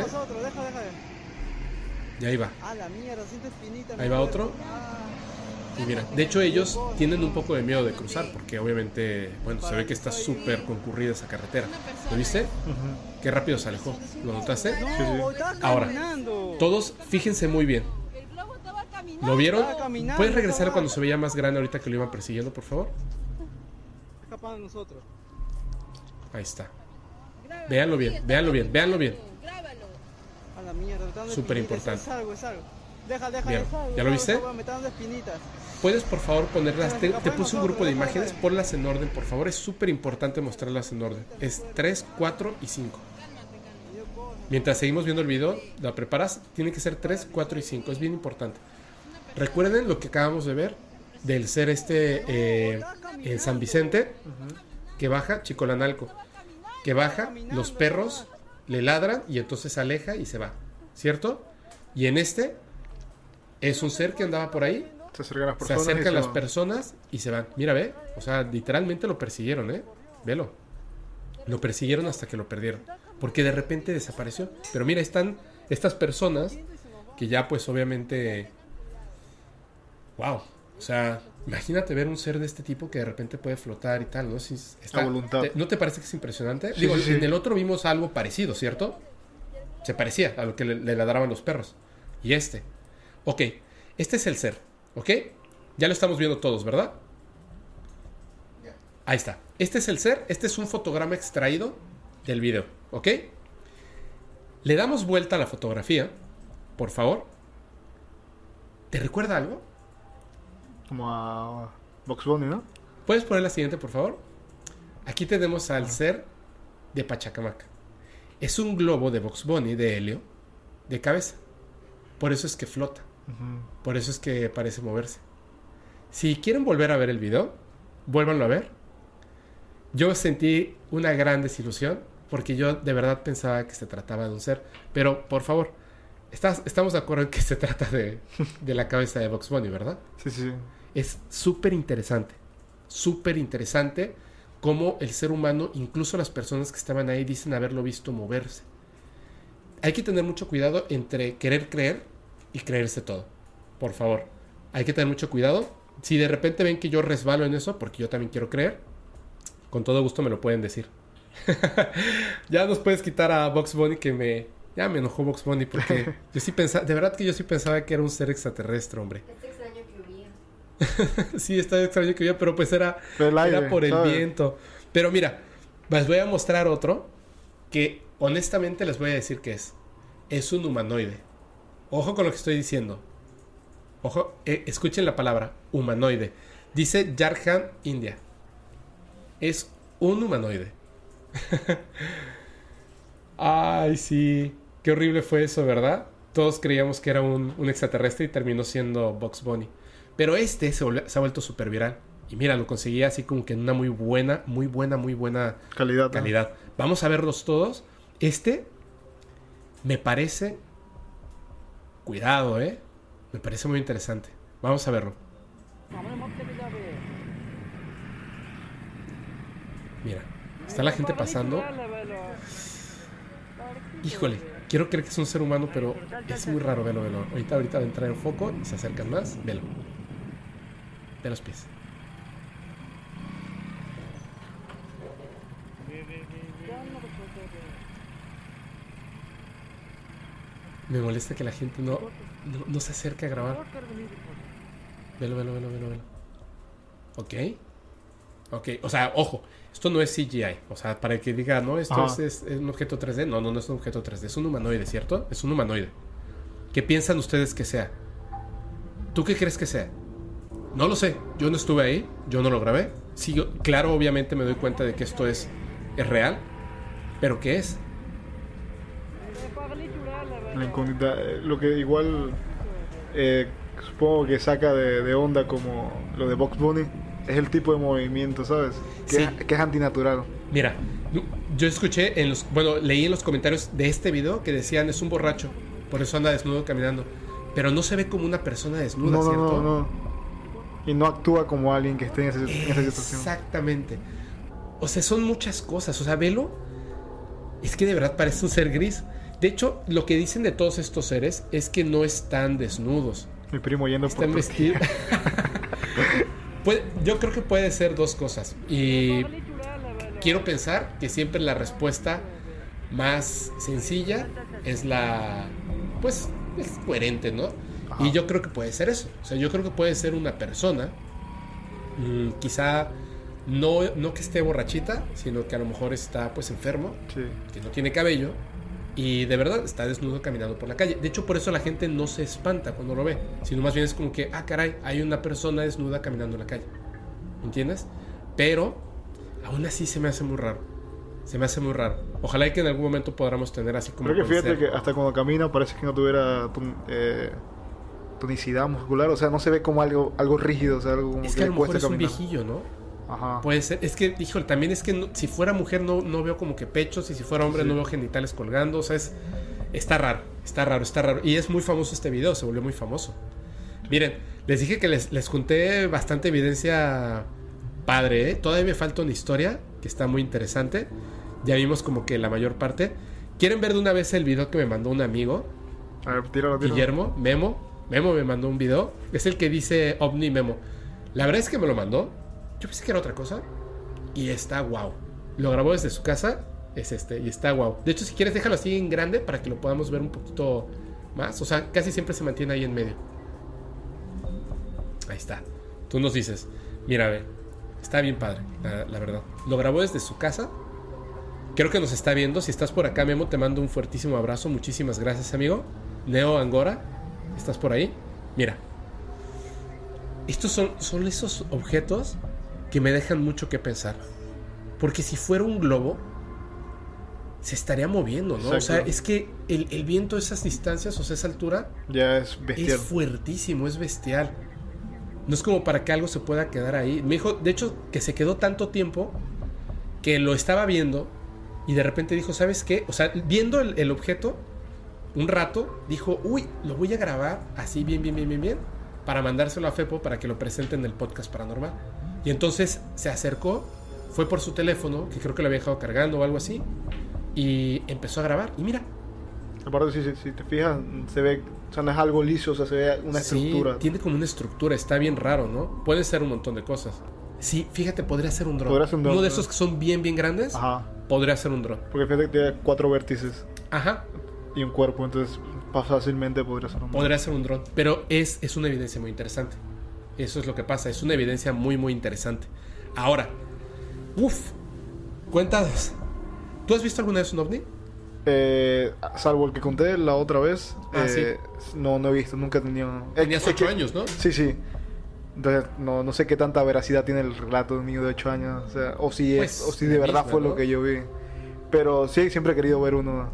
Y ahí va. Ahí va otro. Y mira, de hecho ellos tienen un poco de miedo de cruzar porque obviamente, bueno, se ve que está súper concurrida esa carretera. ¿Lo viste? Ujú. Qué rápido se alejó. ¿Lo notaste? Sí, sí. Ahora, todos fíjense muy bien. ¿Lo vieron? ¿Puedes regresar cuando se veía más grande ahorita que lo iban persiguiendo, por favor? Escapando nosotros. Ahí está. Véanlo bien, véanlo bien, véanlo bien. A la mierda, me están dando Súper espinitas, importante. Es algo, es algo. Deja, deja, Bien. es algo, ¿Ya es lo algo, viste? es algo, me están dando espinitas. ¿Puedes por favor ponerlas? Te, te puse un grupo de imágenes, ponlas en orden, por favor. Es súper importante mostrarlas en orden. Es tres, cuatro y cinco. Mientras seguimos viendo el video, la preparas, tiene que ser tres, cuatro y cinco. Es bien importante. Recuerden lo que acabamos de ver del ser este eh, en San Vicente, que baja, Chicolanalco, que baja, los perros le ladran y entonces se aleja y se va, ¿cierto? Y en este es un ser que andaba por ahí, Se acercan las se personas. acercan y las van. personas y se van. Mira, ve, o sea, literalmente lo persiguieron, ¿eh? Velo. Lo persiguieron hasta que lo perdieron, porque de repente desapareció. Pero mira, están estas personas que ya pues obviamente... Wow, o sea, imagínate ver un ser de este tipo que de repente puede flotar y tal, ¿no? Si está, A voluntad. ¿te- ¿No te parece que es impresionante? Sí, Digo, sí, sí. en el otro vimos algo parecido, ¿cierto? Se parecía a lo que le, le ladraban los perros. Y este. Ok, este es el ser, ¿ok? Ya lo estamos viendo todos, ¿verdad? Ahí está. Este es el ser, este es un fotograma extraído del video, ¿ok? Le damos vuelta a la fotografía, por favor. ¿Te recuerda algo? Como a Box Bunny, ¿no? ¿Puedes poner la siguiente, por favor? Aquí tenemos al ser de Pachacamac. Es un globo de Box Bunny, de helio, de cabeza. Por eso es que flota. Ujú. Por eso es que parece moverse. Si quieren volver a ver el video, vuélvanlo a ver. Yo sentí una gran desilusión porque yo de verdad pensaba que se trataba de un ser. Pero, por favor, ¿estás, estamos de acuerdo en que se trata de, de la cabeza de Box Bunny, ¿verdad? Sí, sí. Es súper interesante, súper interesante cómo el ser humano, incluso las personas que estaban ahí, dicen haberlo visto moverse. Hay que tener mucho cuidado entre querer creer y creerse todo. Por favor, hay que tener mucho cuidado. Si de repente ven que yo resbalo en eso, porque yo también quiero creer, con todo gusto me lo pueden decir. Ya nos puedes quitar a Box Bunny, que me... Ya me enojó Box Bunny porque yo sí pensaba... De verdad que yo sí pensaba que era un ser extraterrestre, hombre. Es extraño que huía. Sí, está extraño que yo, pero pues era, Pero el aire, era por el ¿sabes? viento. Pero mira, les voy a mostrar otro que honestamente les voy a decir que es. Es un humanoide. Ojo con lo que estoy diciendo. Ojo, eh, escuchen la palabra humanoide. Dice Jharkhand, India. Es un humanoide. Ay, sí. Qué horrible fue eso, ¿verdad? Todos creíamos que era un, un extraterrestre y terminó siendo Bugs Bunny. Pero este se, volvió- se ha vuelto súper viral. Y mira, lo conseguí así como que en una muy buena, muy buena, muy buena Calidad. ¿no? calidad. Vamos a verlos todos. Este me parece... Cuidado, ¿eh? Me parece muy interesante. Vamos a verlo. Mira, está la gente pasando. Híjole, quiero creer que es un ser humano, pero es muy raro. Velo, velo. Ahorita, ahorita va a entrar en foco y se acercan más. Velo. Ve los pies. Me molesta que la gente no, no, no se acerque a grabar. Velo, velo, velo, velo, velo. Ok. Ok, o sea, ojo, esto no es C G I. O sea, para el que diga, no, esto es, Ajá. es- es un objeto tres D. No, no, no es un objeto tres D. Es un humanoide, ¿cierto? Es un humanoide. ¿Qué piensan ustedes que sea? ¿Tú qué crees que sea? No lo sé. Yo no estuve ahí. Yo no lo grabé. Sí, yo- claro, obviamente me doy cuenta de que esto es, es real. ¿Pero qué es? La incógnita. eh, Lo que igual eh, supongo que saca de, de onda como lo de Bugs Bunny es el tipo de movimiento, ¿sabes? Que, Sí. es, que es antinatural. Mira, yo escuché en los... Bueno, leí en los comentarios de este video que decían es un borracho. Por eso anda desnudo caminando. Pero no se ve como una persona desnuda, No, no, ¿cierto? no, no. Y no actúa como alguien que esté en, ese- en esa situación. Exactamente. O sea, son muchas cosas. O sea, velo. Es que de verdad parece un ser gris. De hecho, lo que dicen de todos estos seres es que no están desnudos. Mi primo yendo por Están Turquía. vestidos. Puede- yo creo que puede ser dos cosas. Y quiero pensar que siempre la respuesta más sencilla es la... Pues es coherente, ¿no? Ajá. Y yo creo que puede ser eso. O sea, yo creo que puede ser una persona, mm, quizá no, no que esté borrachita, sino que a lo mejor está pues enfermo, Sí. que no tiene cabello y de verdad está desnudo caminando por la calle. De hecho, por eso la gente no se espanta cuando lo ve, sino más bien es como que, ah, caray, hay una persona desnuda caminando en la calle. ¿Entiendes? Pero aún así se me hace muy raro. Se me hace muy raro. Ojalá y que en algún momento podamos tener así como... Creo que fíjate concepto. que hasta cuando camina parece que no tuviera ton- eh, tonicidad muscular. O sea, no se ve como algo, algo rígido. O sea, algo como Es que que a le lo mejor cuesta es un caminar. viejillo, ¿no? Ajá. Puede ser. Es que, híjole, también es que no- si fuera mujer no, no veo como que pechos y si fuera hombre Sí. no veo genitales colgando. O sea, es, está raro, está raro, está raro. Y es muy famoso este video, se volvió muy famoso. Miren, les dije que les, les junté bastante evidencia padre, ¿eh? Todavía me falta una historia que está muy interesante. Ya vimos como que la mayor parte. ¿Quieren ver de una vez el video que me mandó un amigo? A ver, tíralo, tíralo. Guillermo, Memo. Memo me mandó un video. Es el que dice OVNI Memo. La verdad es que me lo mandó. Yo pensé que era otra cosa. Y está guau. Lo grabó desde su casa. Es este. Y está guau. De hecho, si quieres, déjalo así en grande para que lo podamos ver un poquito más. O sea, casi siempre se mantiene ahí en medio. Ahí está. Tú nos dices. Mira, a ver. Está bien padre, la, la verdad. Lo grabó desde su casa. Creo que nos está viendo. Si estás por acá, Memo, te mando un fuertísimo abrazo. Muchísimas gracias, amigo. Neo Angora, ¿estás por ahí? Mira. Estos son, son esos objetos que me dejan mucho que pensar. Porque si fuera un globo, se estaría moviendo, ¿no? Exacto. O sea, es que el, el viento a esas distancias, o sea, a esa altura, Ya es bestial. es fuertísimo, es bestial. No es como para que algo se pueda quedar ahí. Me dijo, de hecho, que se quedó tanto tiempo que lo estaba viendo y de repente dijo, ¿sabes qué? O sea, viendo el, el objeto un rato, dijo, uy, lo voy a grabar así bien, bien, bien, bien, bien, para mandárselo a Fepo para que lo presente en el podcast paranormal. Y entonces se acercó, fue por su teléfono, que creo que lo había dejado cargando o algo así, y empezó a grabar. Y mira, Aparte, si, si, si te fijas, se ve, o sea, no es algo liso, o sea, se ve una sí, estructura. tiene como una estructura, está bien raro, ¿no? Puede ser un montón de cosas. Sí, fíjate, podría ser un dron. Podría ser un dron, Uno de ¿no? esos que son bien, bien grandes, Ajá. podría ser un dron. Porque fíjate que tiene cuatro vértices Ajá, y un cuerpo, entonces fácilmente podría ser un... podría ser un dron. Pero es, es una evidencia muy interesante. Eso es lo que pasa. Es una evidencia muy, muy interesante. Ahora, uff, cuéntanos. ¿Tú has visto alguna vez un ovni? Eh, salvo el que conté la otra vez. Ah, eh, no, no he visto, nunca he tenido. Tenías es ocho que- años, ¿no? Sí, sí. Entonces, no, no sé qué tanta veracidad tiene el relato de un niño de ocho años. O sea, o si, Pues, es, o si de la verdad misma, fue ¿no? lo que yo vi. Pero sí, siempre he querido ver uno.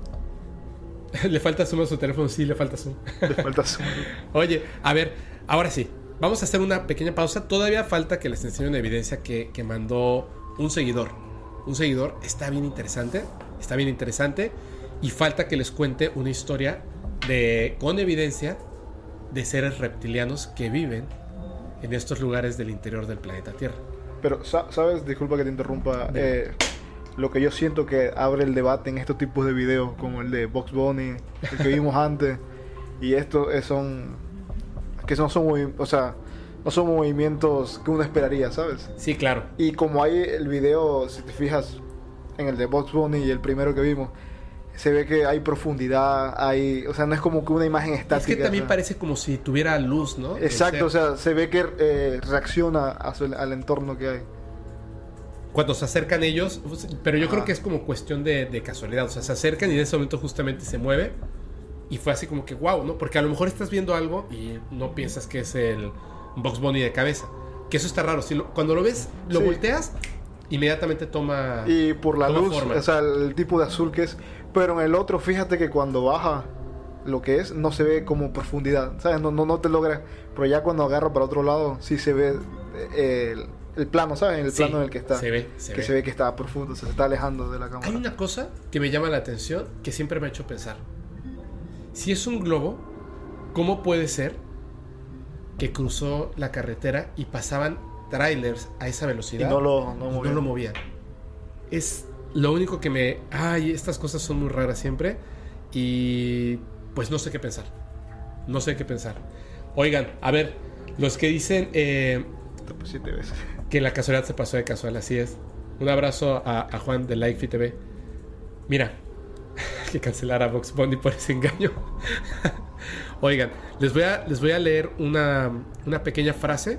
Le falta zoom a su teléfono, sí, le falta zoom. De falta zoom. Oye, a ver, ahora sí. Vamos a hacer una pequeña pausa. Todavía falta que les enseñe una evidencia que, que mandó un seguidor. Un seguidor. Está bien interesante. Está bien interesante. Y falta que les cuente una historia de, con evidencia de seres reptilianos que viven en estos lugares del interior del planeta Tierra. Pero, sa- ¿sabes? Disculpa que te interrumpa. Dime. Eh, lo que yo siento que abre el debate en estos tipos de videos, como el de Box Bunny, el que vimos antes, y estos eh, son. que no son, movi- o sea, no son movimientos que uno esperaría, ¿sabes? Sí, claro. Y como hay el video, si te fijas en el de Box Bunny y el primero que vimos, se ve que hay profundidad, hay, o sea, no es como que una imagen estática. Es que también o sea. parece como si tuviera luz, ¿no? Exacto, o sea, sea, se ve que eh, reacciona a su- al entorno que hay. cuando se acercan ellos, pues, pero yo Ajá. creo que es como cuestión de, de casualidad, o sea, se acercan y en ese momento justamente se mueve y fue así como que wow, ¿no? Porque a lo mejor estás viendo algo y no piensas que es el Box Bunny de cabeza, que eso está raro, si lo- cuando lo ves, lo Sí. volteas, inmediatamente toma Y por la toma luz, forma. o sea, el tipo de azul que es. Pero en el otro, fíjate que cuando baja lo que es, no se ve como profundidad, ¿sabes? No, no, no te logra. Pero ya cuando agarra para otro lado, sí se ve eh, el, el plano, ¿sabes? En el Sí, plano en el que está. se ve, se que ve. se ve que está profundo, se está alejando de la cámara. Hay una cosa que me llama la atención que siempre me ha hecho pensar. Si es un globo, ¿cómo puede ser que cruzó la carretera y pasaban trailers a esa Y velocidad no lo, no y movió. no lo movían? Es lo único que me... Ay, estas cosas son muy raras siempre y pues no sé qué pensar. No sé qué pensar. Oigan, a ver, los que dicen eh, Pues siete veces. que la casualidad se pasó de casual, así es. Un abrazo a, a Juan de Like Fit T V. Mira, que cancelar a Vox Bunny por ese engaño. Oigan, les voy a, les voy a leer una, una pequeña frase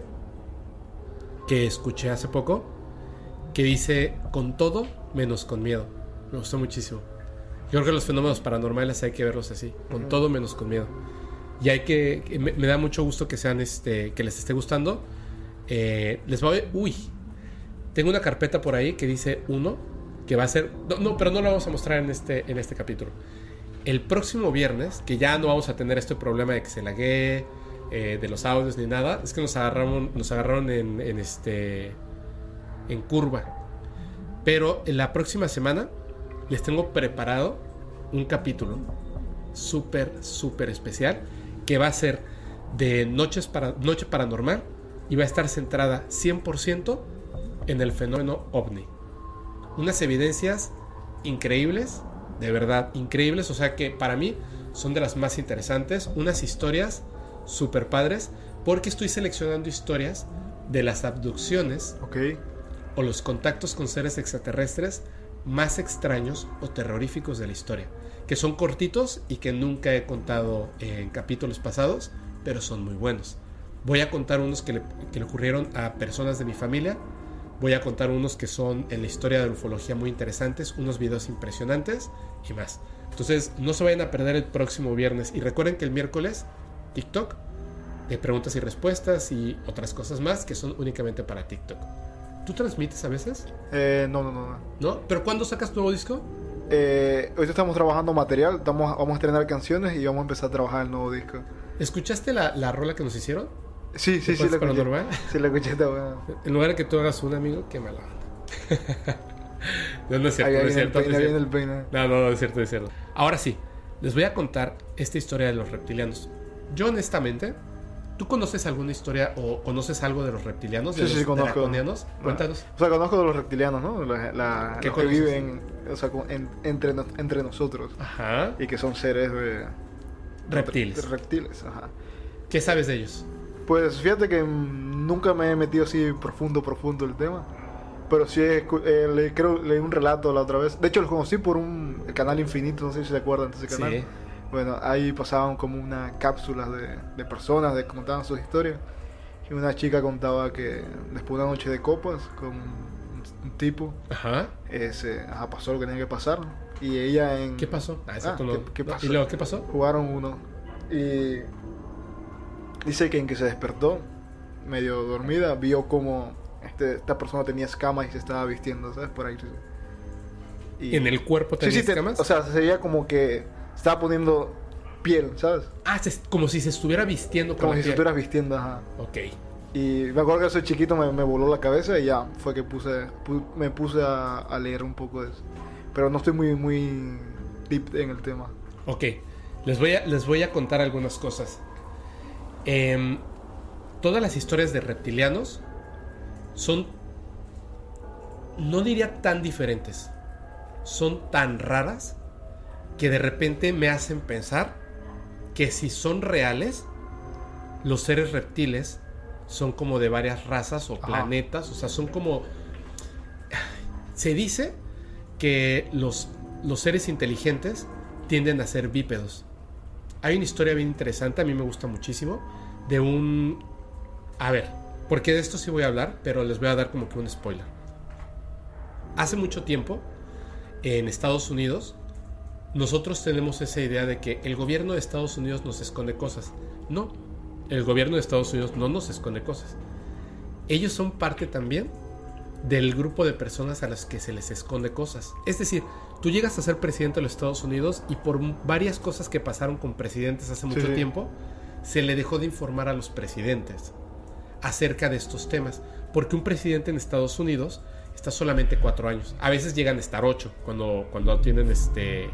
que escuché hace poco que dice: con todo menos con miedo. Me gustó muchísimo. Yo creo que los fenómenos paranormales hay que verlos así, con todo menos con miedo. Y hay que, que me, me da mucho gusto que sean este, que les esté gustando. Eh, les voy a... Uy, tengo una carpeta por ahí que dice uno, que va a ser... No, no, pero no lo vamos a mostrar en este, en este capítulo. El próximo viernes, que ya no vamos a tener este problema de que se laguee, eh, de los audios ni nada, es que nos agarraron, nos agarraron en, en este... en curva. Pero en la próxima semana les tengo preparado un capítulo súper, súper especial que va a ser de noches para, Noche Paranormal y va a estar centrada cien por ciento en el fenómeno ovni. Unas evidencias increíbles, de verdad increíbles, o sea que para mí son de las más interesantes, unas historias súper padres, porque estoy seleccionando historias de las abducciones Ok. o los contactos con seres extraterrestres más extraños o terroríficos de la historia, que son cortitos y que nunca he contado en capítulos pasados, pero son muy buenos. Voy a contar unos que le, que le ocurrieron a personas de mi familia, voy a contar unos que son en la historia de la ufología muy interesantes, unos videos impresionantes y más. Entonces no se vayan a perder el próximo viernes y recuerden que el miércoles TikTok de preguntas y respuestas y otras cosas más que son únicamente para TikTok. ¿Tú transmites a veces? Eh, no, no, no. no. ¿No? ¿Pero cuándo sacas tu nuevo disco? Eh, hoy estamos trabajando material, estamos, vamos a estrenar canciones y vamos a empezar a trabajar el nuevo disco. ¿Escuchaste la, la rola que nos hicieron? Sí, sí, sí, ¿Después la escuché. Paranormal? Sí, la escuché, está buena. En lugar de que tú hagas un amigo, qué mala onda. No, no es cierto, Ahí no es viene el cierto. no peine, es ahí viene cierto. el peine. No, no, no es cierto, es cierto. Ahora sí, les voy a contar esta historia de los reptilianos. Yo honestamente, ¿tú conoces alguna historia o conoces algo de los reptilianos? Sí, de sí, los sí, conozco. draconianos? Cuéntanos. O sea, conozco de los reptilianos, ¿no? La, la- ¿Qué los que conoces? viven, o sea, con- en- entre, nos- entre nosotros. Ajá. Y que son seres de... Reptiles. de reptiles, ajá. ¿Qué sabes de ellos? Pues fíjate que mm, nunca me he metido así profundo, profundo el tema. Pero sí, escu- eh, le, creo, leí un relato la otra vez. De hecho, los conocí por un el canal Infinito, no sé si se acuerdan de ese canal. Sí. Bueno, ahí pasaban como una cápsula de, de personas, de contaban sus historias. Y una chica contaba que después de una noche de copas con un, un tipo, Ajá. ese, ajá, pasó lo que tenía que pasar. Y ella en... ¿Qué pasó? Ah, Ah, exacto, no. ¿qué, qué pasó? ¿Y luego qué pasó? Jugaron uno. Y dice que en que se despertó, medio dormida, vio como este, esta persona tenía escamas y se estaba vistiendo, ¿sabes? Por ahí. Y... ¿En el cuerpo Sí, tenía sí, te- escamas? o sea, se veía como que estaba poniendo piel, ¿sabes? Ah, se- como si se estuviera vistiendo con Como la si se piel. estuvieras vistiendo, ajá. Ok. Y me acuerdo que ese chiquito me, me voló la cabeza y ya fue que puse pu- me puse a, a leer un poco de eso. Pero no estoy muy muy deep en el tema. Ok. Les voy a, les voy a contar algunas cosas. Em, todas las historias de reptilianos son, no diría tan diferentes, son tan raras que de repente me hacen pensar que si son reales, los seres reptiles son como de varias razas o Ajá. planetas, o sea, son como... Se dice que los, los seres inteligentes tienden a ser bípedos. Hay una historia bien interesante, a mí me gusta muchísimo, de un... A ver, porque de esto sí voy a hablar, pero les voy a dar como que un spoiler. Hace mucho tiempo, en Estados Unidos, nosotros tenemos esa idea de que el gobierno de Estados Unidos nos esconde cosas. No, el gobierno de Estados Unidos no nos esconde cosas. Ellos son parte también del grupo de personas a las que se les esconde cosas. Es decir, tú llegas a ser presidente de los Estados Unidos y por varias cosas que pasaron con presidentes hace mucho sí. tiempo, se le dejó de informar a los presidentes acerca de estos temas. Porque un presidente en Estados Unidos está solamente cuatro años. A veces llegan a estar ocho cuando, cuando tienen este...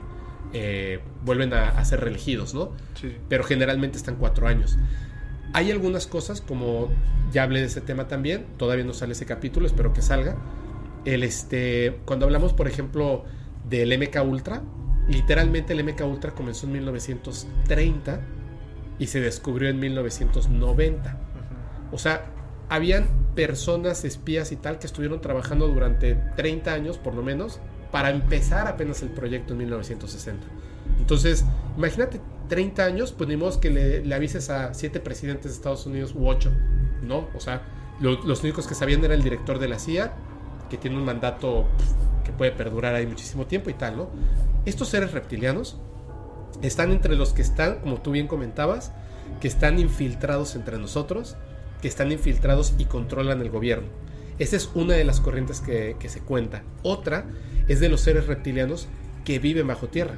Eh, vuelven a, a ser reelegidos, ¿no? Sí. Pero generalmente están cuatro años. Hay algunas cosas, como ya hablé de ese tema también, todavía no sale ese capítulo, espero que salga. El este, cuando hablamos, por ejemplo, del M K Ultra, literalmente el M K Ultra comenzó en mil novecientos treinta y se descubrió en mil novecientos noventa. Ujú. O sea, habían personas, espías y tal, que estuvieron trabajando durante treinta años, por lo menos, para empezar apenas el proyecto en mil novecientos sesenta. Entonces, imagínate, treinta años, pues ni modo que le, le avises a siete presidentes de Estados Unidos u ocho, ¿no? O sea, lo, los únicos que sabían era el director de la C I A, que tiene un mandato pff, que puede perdurar ahí muchísimo tiempo y tal, ¿no? Estos seres reptilianos están entre los que están, como tú bien comentabas, que están infiltrados entre nosotros, que están infiltrados y controlan el gobierno. Esa es una de las corrientes que, que se cuenta. Otra es de los seres reptilianos que viven bajo tierra,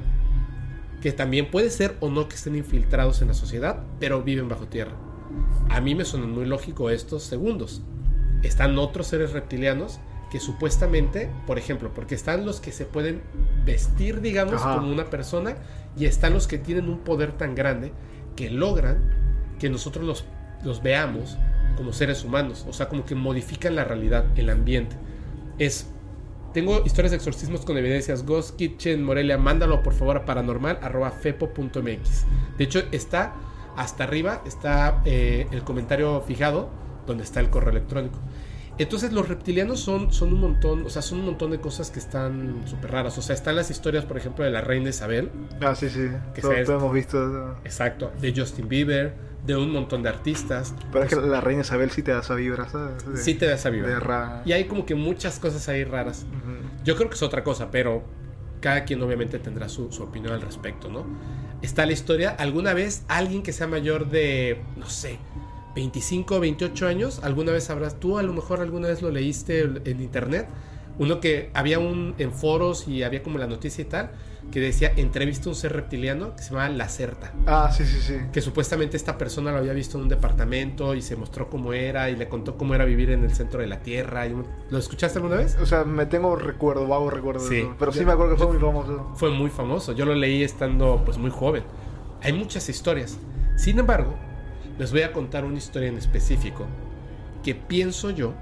que también puede ser o no que estén infiltrados en la sociedad, pero viven bajo tierra. A mí me suenan muy lógico estos segundos. Están otros seres reptilianos que supuestamente, por ejemplo, porque están los que se pueden vestir, digamos, Ajá. como una persona, y están los que tienen un poder tan grande que logran que nosotros los, los veamos como seres humanos, o sea, como que modifican la realidad, el ambiente. Es... Tengo historias de exorcismos con evidencias. Ghost Kitchen Morelia, mándalo por favor a paranormal arroba fepo punto mx. De hecho, está hasta arriba, está eh, el comentario fijado donde está el correo electrónico. Entonces los reptilianos son, son un montón, o sea, son un montón de cosas que están súper raras. O sea, están las historias, por ejemplo, de la reina Isabel. Ah, sí, sí. Que Todos sea- todos hemos visto eso. Exacto. De Justin Bieber, de un montón de artistas. Pero es que la reina Isabel sí te da esa vibra, ¿sabes? De- Sí te da esa vibra. De ra... Y hay como que muchas cosas ahí raras. Ujú. Yo creo que es otra cosa, pero cada quien obviamente tendrá su, su opinión al respecto, ¿no? Está la historia, alguna vez alguien que sea mayor de, no sé, veinticinco, veintiocho años, alguna vez sabrás, tú a lo mejor alguna vez lo leíste en internet, uno que había un en foros y había como la noticia y tal, que decía, entrevista a un ser reptiliano que se llama Lacerta, Ah, sí, sí, sí. que supuestamente esta persona lo había visto en un departamento y se mostró cómo era y le contó cómo era vivir en el centro de la tierra. Y un- ¿Lo escuchaste alguna vez? O sea, me tengo recuerdo, vago recuerdo Sí. de eso. Pero sí Yo- me acuerdo que fue muy famoso. Fue muy famoso, yo lo leí estando pues muy joven. Hay muchas historias. Sin embargo, les voy a contar una historia en específico que pienso yo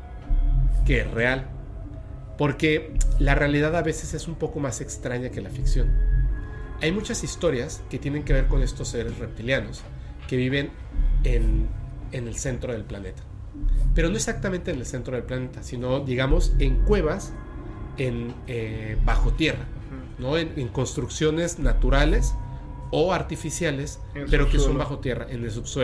que es real, porque la realidad a veces es un poco más extraña que la ficción. Hay muchas historias que tienen que ver con estos seres reptilianos que viven en, en el centro del planeta, pero no exactamente en el centro del planeta, sino digamos en cuevas en, eh, bajo tierra, ¿no? En, en construcciones naturales o artificiales, En el pero que son subsuelo. bajo tierra, en el subsuelo.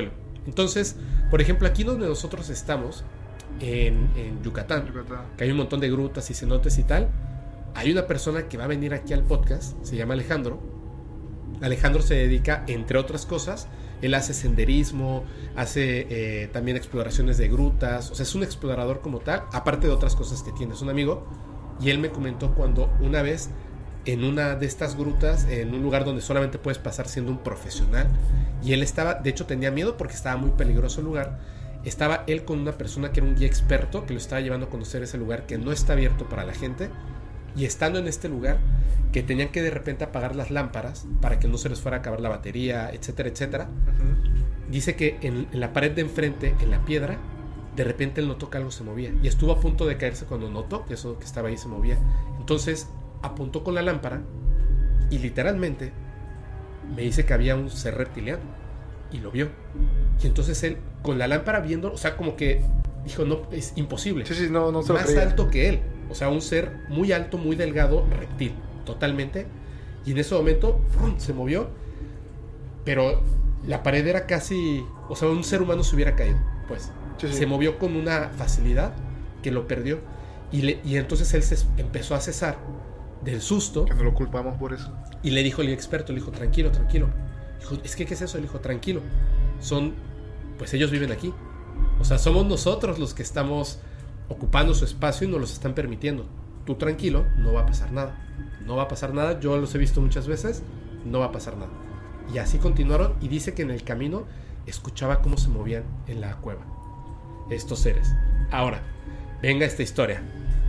Entonces, por ejemplo, aquí donde nosotros estamos, en, en Yucatán, Yucatán. que hay un montón de grutas y cenotes y tal, hay una persona que va a venir aquí al podcast, se llama Alejandro. Alejandro se dedica, entre otras cosas, él hace senderismo, hace eh, también exploraciones de grutas, o sea, es un explorador como tal, aparte de otras cosas que tiene, es un amigo. Y él me comentó cuando una vez en una de estas grutas, en un lugar donde solamente puedes pasar siendo un profesional, y él estaba, de hecho tenía miedo porque estaba muy peligroso el lugar, estaba él con una persona que era un guía experto que lo estaba llevando a conocer ese lugar que no está abierto para la gente, y estando en este lugar que tenían que de repente apagar las lámparas para que no se les fuera a acabar la batería, etcétera, etcétera. Uh-huh. Dice que en, en la pared de enfrente, en la piedra, de repente él notó que algo se movía y estuvo a punto de caerse cuando notó que eso que estaba ahí se movía. Entonces apuntó con la lámpara y literalmente me dice que había un ser reptiliano y lo vio. Y entonces él con la lámpara viendo, o sea, como que dijo, no, es imposible. Sí, sí, no, no se lo Más creía. alto que él, o sea, un ser muy alto, muy delgado, reptil, totalmente. Y en ese momento ¡pum!, se movió, pero la pared era casi, o sea, un ser humano se hubiera caído, pues. Sí, sí. Se movió con una facilidad que lo perdió. Y, le, y entonces él se empezó a cesar del susto. Que no lo culpamos por eso. Y le dijo el experto, le dijo, tranquilo, tranquilo. Dijo, es que, ¿qué es eso? Le dijo, tranquilo. Son, pues ellos viven aquí. O sea, somos nosotros los que estamos ocupando su espacio y nos los están permitiendo. Tú tranquilo, no va a pasar nada. No va a pasar nada, yo los he visto muchas veces, no va a pasar nada. Y así continuaron y dice que en el camino escuchaba cómo se movían en la cueva estos seres. Ahora, venga esta historia.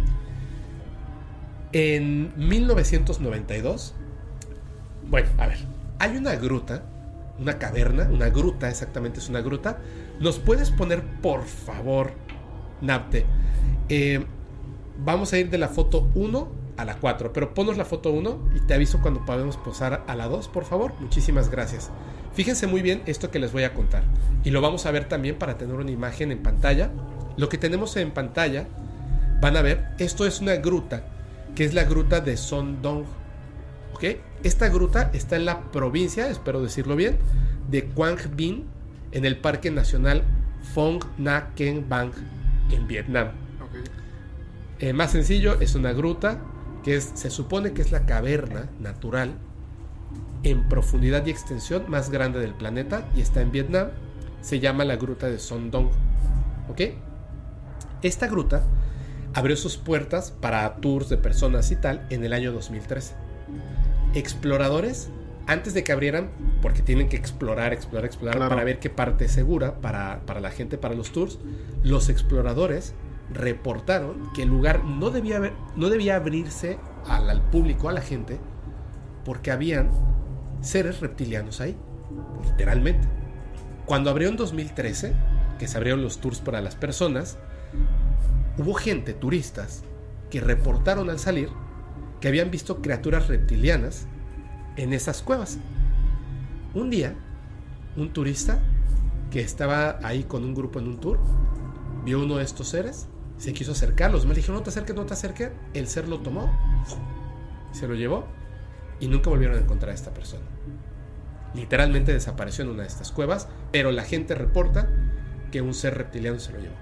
En mil novecientos noventa y dos, bueno, a ver, hay una gruta, una caverna, una gruta, exactamente es una gruta. ¿Nos puedes poner, por favor, Napte? Eh, vamos a ir de la foto uno a la cuatro, pero ponos la foto uno y te aviso cuando podemos pasar a la dos, por favor. Muchísimas gracias. Fíjense muy bien esto que les voy a contar. Y lo vamos a ver también para tener una imagen en pantalla. Lo que tenemos en pantalla, van a ver, esto es una gruta, que es la gruta de Son Dong. ¿Ok? Esta gruta está en la provincia, espero decirlo bien, de Quang Binh, en el Parque Nacional Phong Nha Ken Bang, en Vietnam. Okay. Eh, más sencillo, es una gruta que es, se supone que es la caverna natural en profundidad y extensión más grande del planeta y está en Vietnam. Se llama la gruta de Son Dong. ¿Ok? Esta gruta abrió sus puertas para tours de personas y tal en el año dos mil trece. Exploradores, antes de que abrieran, porque tienen que explorar, explorar, explorar, claro, para ver qué parte es segura para, para la gente, para los tours, los exploradores reportaron que el lugar no debía, haber, no debía abrirse al, al público, a la gente, porque habían seres reptilianos ahí, literalmente. Cuando abrió en dos mil trece, que se abrieron los tours para las personas, hubo gente, turistas, que reportaron al salir que habían visto criaturas reptilianas en esas cuevas. Un día, un turista que estaba ahí con un grupo en un tour vio uno de estos seres, se quiso acercar, los demás le dijeron, no te acerques, no te acerques. El ser lo tomó, se lo llevó y nunca volvieron a encontrar a esta persona. Literalmente desapareció en una de estas cuevas, pero la gente reporta que un ser reptiliano se lo llevó.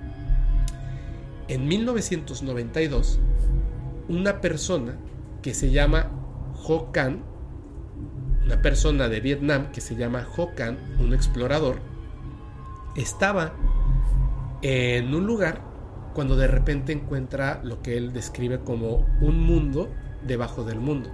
En mil novecientos noventa y dos, una persona que se llama Ho Can, una persona de Vietnam que se llama Ho Can, un explorador, estaba en un lugar cuando de repente encuentra lo que él describe como un mundo debajo del mundo.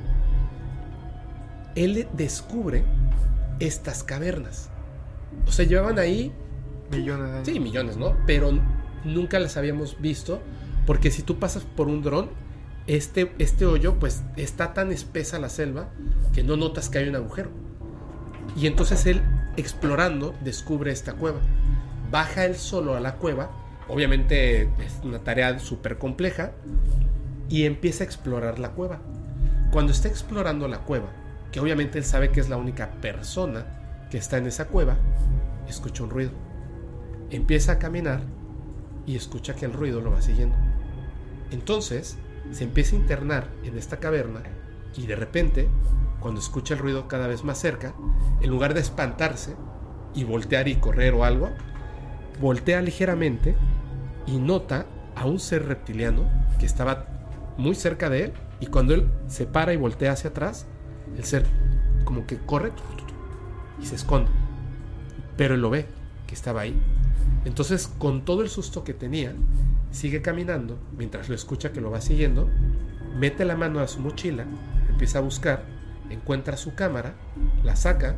Él descubre estas cavernas. O sea, llevaban ahí millones de años. Sí, millones, ¿no? Pero nunca las habíamos visto, porque si tú pasas por un dron, este, este hoyo, pues está tan espesa la selva que no notas que hay un agujero. Y entonces él, explorando, descubre esta cueva. Baja él solo a la cueva, obviamente es una tarea súper compleja, y empieza a explorar la cueva. Cuando está explorando la cueva, que obviamente él sabe que es la única persona que está en esa cueva, escucha un ruido. Empieza a caminar y escucha que el ruido lo va siguiendo. Entonces se empieza a internar en esta caverna y de repente, cuando escucha el ruido cada vez más cerca, en lugar de espantarse, y voltear y correr o algo, voltea ligeramente y nota a un ser reptiliano que estaba muy cerca de él, y cuando él se para y voltea hacia atrás, el ser como que corre y se esconde, pero él lo ve que estaba ahí. Entonces, con todo el susto que tenía, sigue caminando mientras lo escucha que lo va siguiendo, mete la mano a su mochila, empieza a buscar, encuentra su cámara, la saca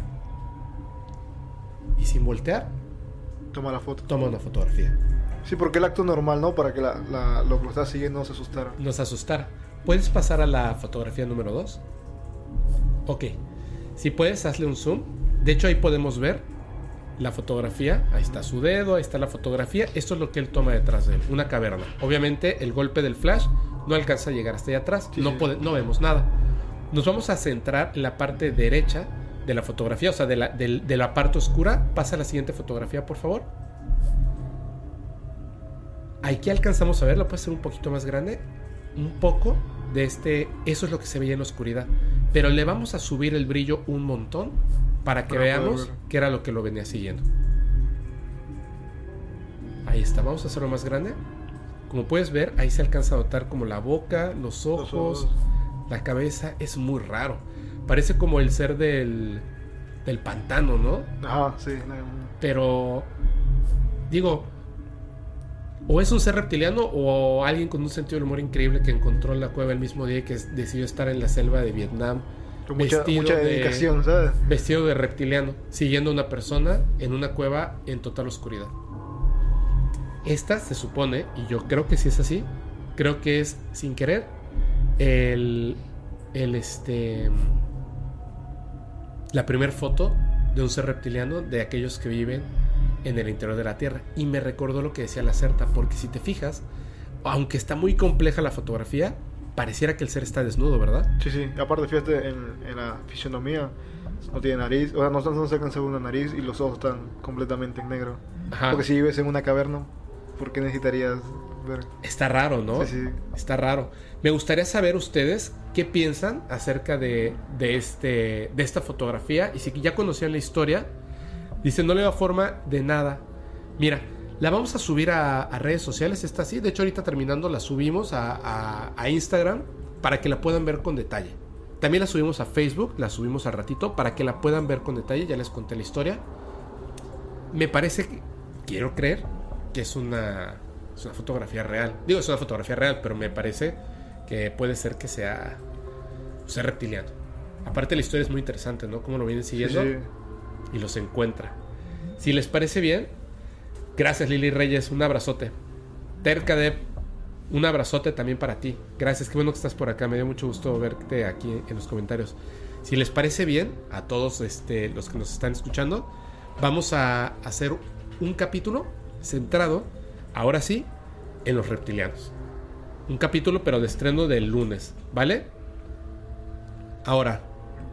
y sin voltear Toma la foto. toma una fotografía. Sí, porque el acto normal, ¿no? Para que la, la, lo que lo está siguiendo no se asustara. Nos asustara. ¿Puedes pasar a la fotografía número dos? Ok. Si puedes, hazle un zoom. De hecho, ahí podemos ver la fotografía. Ahí está su dedo, ahí está la fotografía. Esto es lo que él toma detrás de él, una caverna. Obviamente, el golpe del flash no alcanza a llegar hasta allá atrás. Sí, no, sí. pode- no vemos nada. Nos vamos a centrar en la parte derecha de la fotografía, o sea, de la, del- de la parte oscura. Pasa a la siguiente fotografía, por favor. Aquí alcanzamos a ver, lo puede ser un poquito más grande. Un poco de este, eso es lo que se veía en la oscuridad. Pero le vamos a subir el brillo un montón para que Para poder veamos ver. qué era lo que lo venía siguiendo. Ahí está, vamos a hacerlo más grande. Como puedes ver, ahí se alcanza a notar como la boca, los ojos, ojos. la cabeza. Es muy raro. Parece como el ser del, del pantano, ¿no? Ajá, sí. la- Pero digo, o es un ser reptiliano o alguien con un sentido del humor increíble que encontró la cueva el mismo día y que decidió estar en la selva de Vietnam Con mucha, vestido mucha de- dedicación, ¿sabes? vestido de reptiliano, siguiendo a una persona en una cueva en total oscuridad. Esta se supone, y yo creo que sí es así, creo que es sin querer el, el este la primera foto de un ser reptiliano de aquellos que viven en el interior de la Tierra. Y me recordó lo que decía la Certa, porque si te fijas, aunque está muy compleja la fotografía, pareciera que el ser está desnudo, ¿verdad? Sí, sí. Aparte, fíjate en, en la fisionomía. No tiene nariz. O sea, no, no se alcanza una nariz y los ojos están completamente en negro. Ajá. Porque si vives en una caverna, ¿por qué necesitarías ver? Está raro, ¿no? Sí, sí. Está raro. Me gustaría saber ustedes qué piensan acerca de, de, este, de esta fotografía. Y si ya conocían la historia, dicen, no le da forma de nada. Mira, la vamos a subir a, a redes sociales, está así. De hecho, ahorita terminando la subimos a, a, a Instagram para que la puedan ver con detalle. También la subimos a Facebook, la subimos al ratito para que la puedan ver con detalle. Ya les conté la historia. Me parece que, quiero creer que es una, es una fotografía real. Digo, es una fotografía real, pero me parece que puede ser que sea, sea reptiliano. Aparte, la historia es muy interesante, ¿no? Cómo lo vienen Sí, siguiendo sí. y los encuentra. Si les parece bien, gracias Lili Reyes, un abrazote. Tercadev, un abrazote también para ti. Gracias, qué bueno que estás por acá, me dio mucho gusto verte aquí en los comentarios. Si les parece bien, a todos este, los que nos están escuchando, vamos a hacer un capítulo centrado, ahora sí, en los reptilianos. Un capítulo pero de estreno del lunes, ¿vale? Ahora,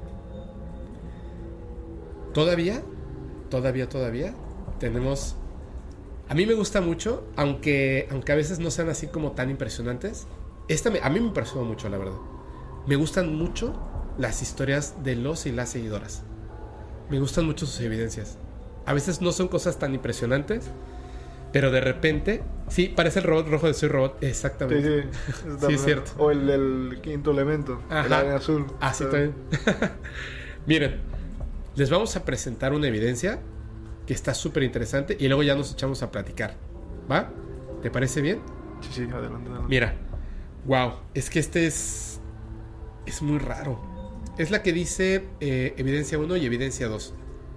todavía, todavía, todavía tenemos... A mí me gusta mucho, aunque, aunque a veces no sean así como tan impresionantes. Esta me- a mí me impresionó mucho, la verdad. Me gustan mucho las historias de los y las seguidoras. Me gustan mucho sus evidencias. A veces no son cosas tan impresionantes, pero de repente... Sí, parece el robot rojo de Soy Robot. Sí, Exactamente. sí. Sí, es cierto. O el del quinto elemento. Ajá. El área azul. Ah, sí, ¿sabes? también. Miren, les vamos a presentar una evidencia que está súper interesante y luego ya nos echamos a platicar. ¿Va? ¿Te parece bien? Sí, sí, adelante, adelante. Mira. Wow. Es que este es... Es muy raro. Es la que dice eh, evidencia uno y evidencia dos.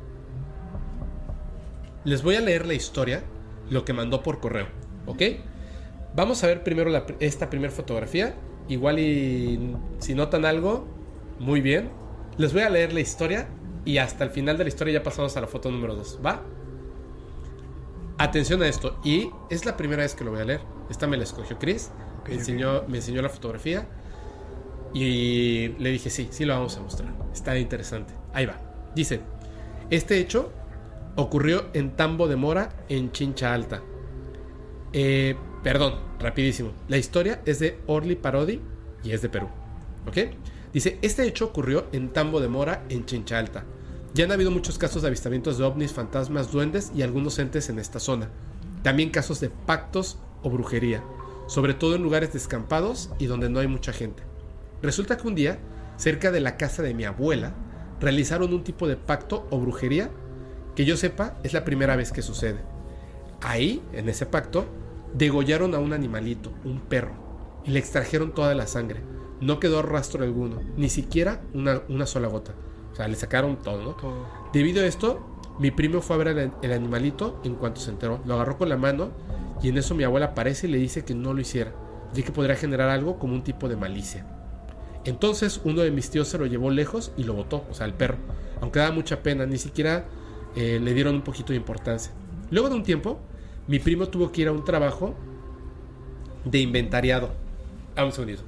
Les voy a leer la historia, lo que mandó por correo. ¿Ok? Vamos a ver primero la, esta primera fotografía. Igual y si notan algo, muy bien. Les voy a leer la historia y hasta el final de la historia ya pasamos a la foto número dos. ¿Va? Atención a esto. Y es la primera vez que lo voy a leer. Esta me la escogió Chris. Ok, Me ok. enseñó, me enseñó la fotografía. Y le dije, sí, sí lo vamos a mostrar. Está interesante. Ahí va. Dice, este hecho ocurrió en Tambo de Mora, en Chincha Alta. Eh, perdón, rapidísimo. La historia es de Orly Parodi y es de Perú. ¿Ok? Dice, este hecho ocurrió en Tambo de Mora, en Chincha Alta, Ya han habido muchos casos de avistamientos de ovnis, fantasmas, duendes y algunos entes en esta zona. También casos de pactos o brujería, sobre todo en lugares descampados y donde no hay mucha gente. Resulta que un día, cerca de la casa de mi abuela, realizaron un tipo de pacto o brujería que yo sepa es la primera vez que sucede. Ahí, en ese pacto, degollaron a un animalito, un perro, y le extrajeron toda la sangre. No quedó rastro alguno, ni siquiera una, una sola gota. O sea, le sacaron todo, ¿no? Todo. Debido a esto, mi primo fue a ver el, el animalito en cuanto se enteró. Lo agarró con la mano y en eso mi abuela aparece y le dice que no lo hiciera, ya que podría generar algo como un tipo de malicia. Entonces uno de mis tíos se lo llevó lejos y lo botó, o sea, el perro. Aunque daba mucha pena, ni siquiera eh, le dieron un poquito de importancia. Luego de un tiempo, mi primo tuvo que ir a un trabajo de inventariado. Ah, un segundito.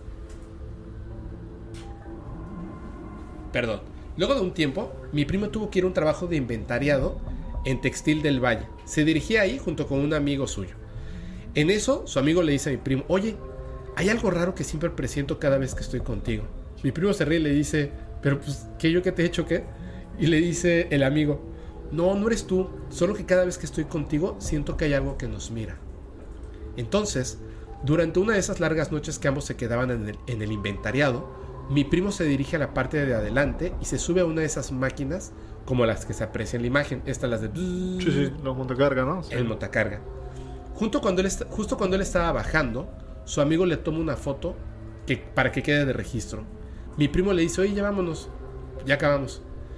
Perdón. Luego de un tiempo, mi primo tuvo que ir a un trabajo de inventariado en Textil del Valle. Se dirigía ahí junto con un amigo suyo. En eso, su amigo le dice a mi primo: oye, hay algo raro que siempre presiento cada vez que estoy contigo. Mi primo se ríe y le dice: pero pues, ¿qué yo que te he hecho qué? Y le dice el amigo: no, no eres tú, solo que cada vez que estoy contigo siento que hay algo que nos mira. Entonces, durante una de esas largas noches que ambos se quedaban en el, en el inventariado, mi primo se dirige a la parte de adelante y se sube a una de esas máquinas como las que se aprecia en la imagen. Estas las de... Sí, sí, los montacargas, ¿no? Sí. El montacarga. Justo cuando, él est- justo cuando él estaba bajando, su amigo le toma una foto que, para que quede de registro. Mi primo le dice: oye, ya vámonos, ya acabamos.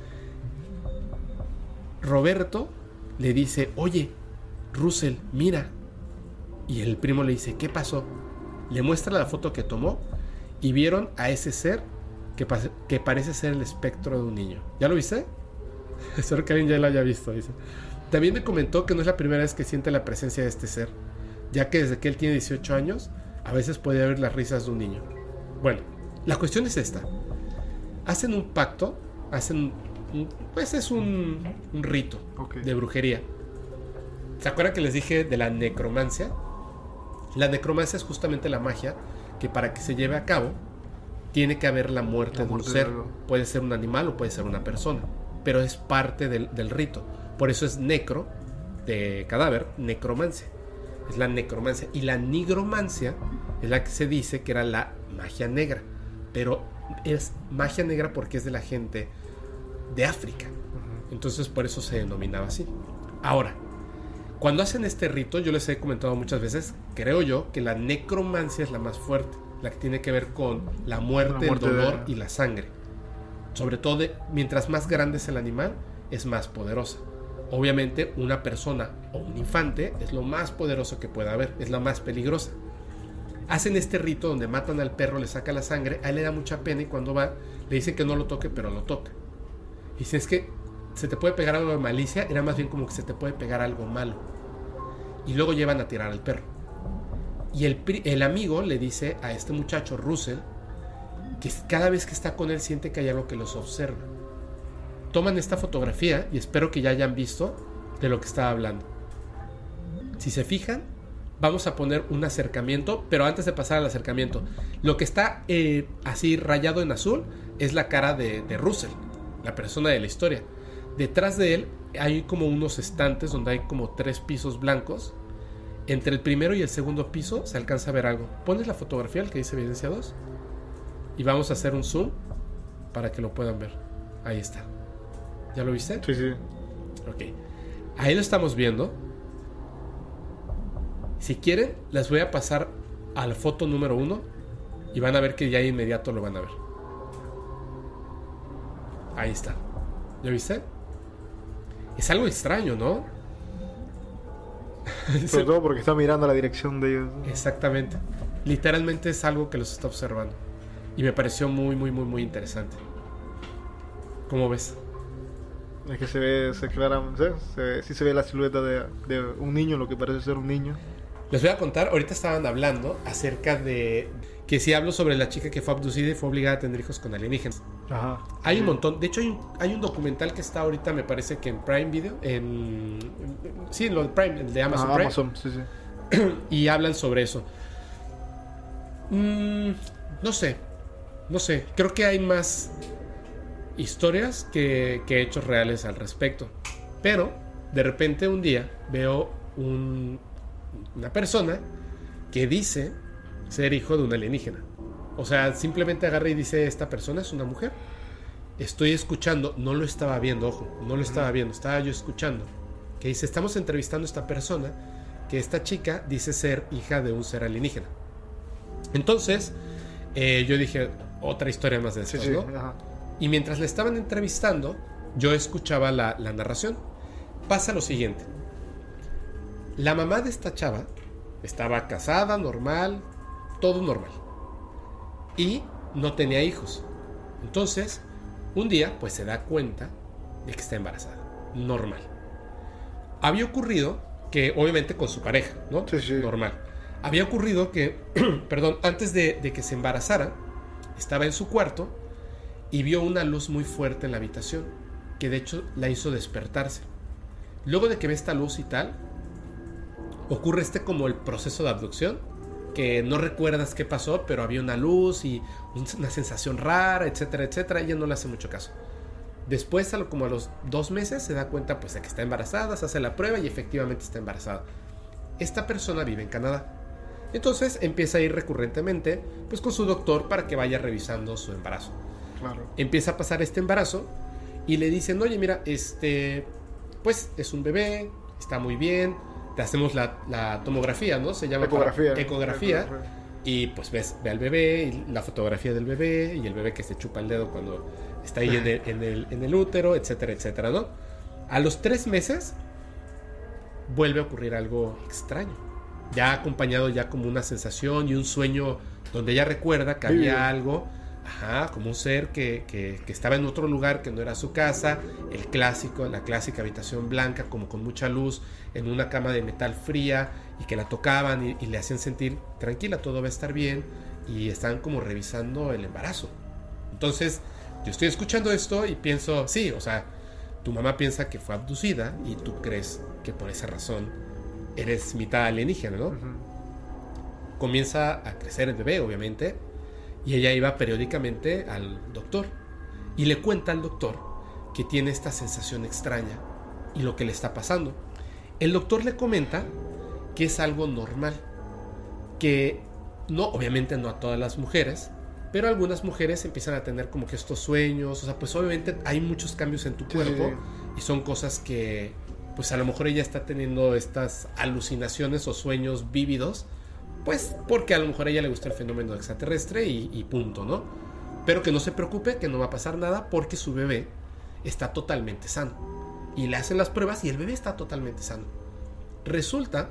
Roberto le dice: oye, Russell, mira. Y el primo le dice: ¿qué pasó? Le muestra la foto que tomó y vieron a ese ser que, pa- que parece ser el espectro de un niño. ¿Ya lo viste? Espero que alguien ya lo haya visto, dice. También me comentó que no es la primera vez que siente la presencia de este ser, ya que desde que él tiene dieciocho años, a veces puede oír las risas de un niño. Bueno, la cuestión es esta. Hacen un pacto, hacen un, pues es un, un rito Ok. de brujería. ¿Se acuerdan que les dije de la necromancia? La necromancia es justamente la magia que para que se lleve a cabo tiene que haber la muerte La de un muerte de ser. algo. Puede ser un animal o puede ser una persona, pero es parte del, del rito. Por eso es necro, de cadáver, necromancia. Es la necromancia. Y la nigromancia es la que se dice que era la magia negra, pero es magia negra porque es de la gente de África. Entonces por eso se denominaba así. Ahora, cuando hacen este rito, yo les he comentado muchas veces, creo yo que la necromancia es la más fuerte, la que tiene que ver con la muerte, La muerte el dolor de- y la sangre. Sobre todo, de- mientras más grande es el animal, es más poderosa. Obviamente, una persona o un infante es lo más poderoso que pueda haber, es la más peligrosa. Hacen este rito donde matan al perro, le saca la sangre, a él le da mucha pena y cuando va, le dicen que no lo toque, pero lo toca. Y si es que se te puede pegar algo de malicia, era más bien como que se te puede pegar algo malo. Y luego llevan a tirar al perro. Y el, pri- el amigo le dice a este muchacho, Russell, que cada vez que está con él siente que hay algo que los observa. Toman esta fotografía y espero que ya hayan visto de lo que estaba hablando. Si se fijan, vamos a poner un acercamiento, pero antes de pasar al acercamiento, lo que está eh, así rayado en azul es la cara de, de Russell, la persona de la historia. Detrás de él hay como unos estantes donde hay como tres pisos blancos. Entre el primero y el segundo piso se alcanza a ver algo. Pones la fotografía, el que dice evidencia dos, y vamos a hacer un zoom para que lo puedan ver. Ahí está. ¿Ya lo viste? Sí, sí. Ok. Ahí lo estamos viendo. Si quieren, les voy a pasar a la foto número uno y van a ver que ya de inmediato lo van a ver. Ahí está. ¿Ya viste? Es algo extraño, ¿no? Sobre todo porque está mirando la dirección de ellos. Exactamente. Literalmente es algo que los está observando. Y me pareció muy, muy, muy, muy interesante. ¿Cómo ves? Es que se ve, se clara, se, se ve- sí se ve la silueta de, de un niño, lo que parece ser un niño. Les voy a contar, ahorita estaban hablando acerca de que si hablo sobre la chica que fue abducida y fue obligada a tener hijos con alienígenas. Ajá. Hay un montón, de hecho hay un, hay un documental que está ahorita, me parece que en Prime Video, en, en- sí, en lo de Prime, el de Amazon Ah, Prime, Amazon, sí, sí. y hablan sobre eso. Mm, no sé, no sé, creo que hay más historias que, que hechos reales al respecto. Pero de repente un día veo un, una persona que dice ser hijo de un alienígena. O sea, simplemente agarra y dice, esta persona es una mujer. Estoy escuchando, no lo estaba viendo, ojo, no lo estaba viendo, estaba yo escuchando. Que dice, estamos entrevistando a esta persona, que esta chica dice ser hija de un ser alienígena. Entonces, eh, yo dije, otra historia más de estas, Sí, sí, ¿no? ajá. Y mientras le estaban entrevistando, yo escuchaba la, la narración. Pasa lo siguiente. La mamá de esta chava estaba casada, normal, todo normal. Y no tenía hijos. Entonces, un día, pues se da cuenta de que está embarazada. Normal. Había ocurrido que, obviamente con su pareja, ¿no? Sí, sí. Normal. Había ocurrido que, perdón, antes de, de que se embarazara, estaba en su cuarto y vio una luz muy fuerte en la habitación, que de hecho la hizo despertarse. Luego de que ve esta luz y tal, ocurre este como el proceso de abducción, que no recuerdas qué pasó, pero había una luz y una sensación rara, etcétera, etcétera. Ella no le hace mucho caso. Después, a lo- como a los dos meses, se da cuenta pues de que está embarazada, se hace la prueba y efectivamente está embarazada. Esta persona vive en Canadá. Entonces empieza a ir recurrentemente pues con su doctor para que vaya revisando su embarazo. Claro. Empieza a pasar este embarazo y le dicen, oye, mira, este, pues es un bebé, está muy bien, te hacemos la, la tomografía, ¿no? Se llama Ecografía. para- ecografía. Y pues ves, ve al bebé, y la fotografía del bebé, y el bebé que se chupa el dedo cuando está ahí en el, en el, en el útero, etcétera, etcétera, ¿no? A los tres meses vuelve a ocurrir algo extraño. Ya acompañado ya como una sensación y un sueño donde ella recuerda que Vívido. había algo, ajá, como un ser que, que, que estaba en otro lugar que no era su casa, el clásico, la clásica habitación blanca, como con mucha luz, en una cama de metal fría, y que la tocaban y, y le hacían sentir tranquila, todo va a estar bien, y están como revisando el embarazo. Entonces, yo estoy escuchando esto y pienso, sí, o sea, tu mamá piensa que fue abducida y tú crees que por esa razón eres mitad alienígena, ¿no? Ujú. Comienza a crecer el bebé, obviamente, y ella iba periódicamente al doctor y le cuenta al doctor que tiene esta sensación extraña y lo que le está pasando. El doctor le comenta que es algo normal, que no, obviamente no a todas las mujeres, pero algunas mujeres empiezan a tener como que estos sueños, o sea, pues obviamente hay muchos cambios en tu Sí, cuerpo sí, sí. y son cosas que, pues a lo mejor ella está teniendo estas alucinaciones o sueños vívidos, pues porque a lo mejor a ella le gusta el fenómeno extraterrestre y, y punto, ¿no? Pero que no se preocupe, que no va a pasar nada porque su bebé está totalmente sano. Y le hacen las pruebas y el bebé está totalmente sano. Resulta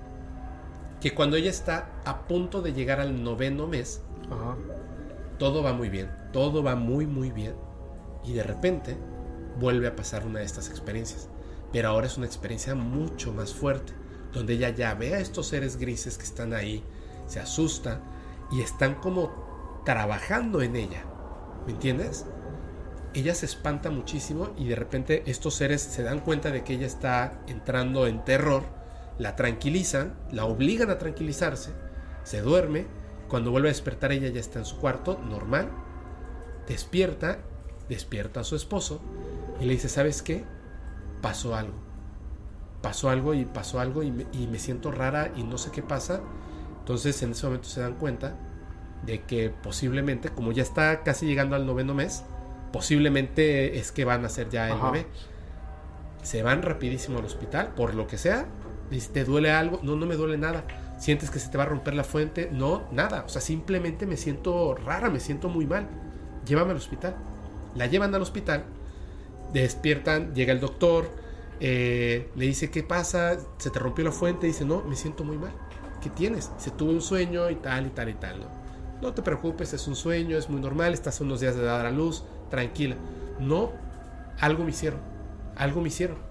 que cuando ella está a punto de llegar al noveno mes, Ajá. todo va muy bien, todo va muy muy bien, y de repente vuelve a pasar una de estas experiencias, pero ahora es una experiencia mucho más fuerte, donde ella ya ve a estos seres grises que están ahí, se asusta y están como trabajando en ella, ¿me entiendes? Ella se espanta muchísimo y de repente estos seres se dan cuenta de que ella está entrando en terror, la tranquilizan, la obligan a tranquilizarse, se duerme. Cuando vuelve a despertar, ella ya está en su cuarto, normal. Despierta, despierta a su esposo y le dice, ¿sabes qué? Pasó algo. Pasó algo y pasó algo y me, y me siento rara y no sé qué pasa. Entonces en ese momento se dan cuenta de que posiblemente, como ya está casi llegando al noveno mes, posiblemente es que van a hacer ya el Ajá. bebé. Se van rapidísimo al hospital, por lo que sea. Dice, ¿te duele algo? No, no me duele nada. ¿Sientes que se te va a romper la fuente? No, nada. O sea, simplemente me siento rara, me siento muy mal. Llévame al hospital. La llevan al hospital, despiertan, llega el doctor, eh, le dice, ¿qué pasa? ¿Se te rompió la fuente? Dice, no, me siento muy mal. ¿Qué tienes? Se tuvo un sueño y tal y tal y tal, ¿no? No te preocupes, es un sueño, es muy normal, estás a unos días de dar a luz, tranquila. No, algo me hicieron, algo me hicieron.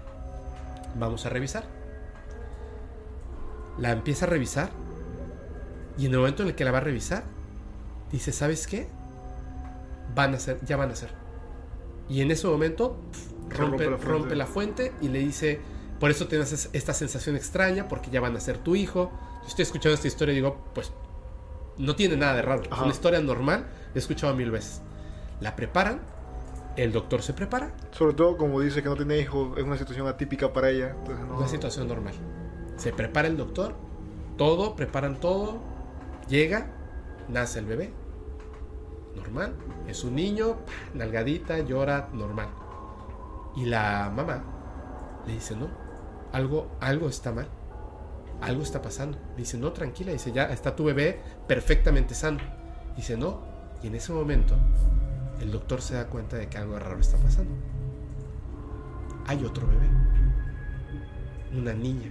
Vamos a revisar. La empieza a revisar y en el momento en el que la va a revisar, dice, ¿sabes qué? Van a ser, ya van a ser. Y en ese momento pf, rompe, rompe la rompe, fuente. la fuente y le dice, por eso tienes esta sensación extraña, porque ya van a ser tu hijo. Yo estoy escuchando esta historia y digo, pues no tiene nada de raro. Es Ajá. una historia normal, he escuchado mil veces. La preparan El doctor se prepara. Sobre todo, como dice que no tiene hijos, es una situación atípica para ella. Entonces no... Una situación normal. Se prepara el doctor, todo, preparan todo, llega, nace el bebé. Normal. Es un niño, nalgadita, llora, normal. Y la mamá le dice, no, algo, algo está mal. Algo está pasando. Dice, no, tranquila. Dice, ya está tu bebé perfectamente sano. Dice, no. Y en ese momento, el doctor se da cuenta de que algo raro está pasando. Hay otro bebé. Una niña.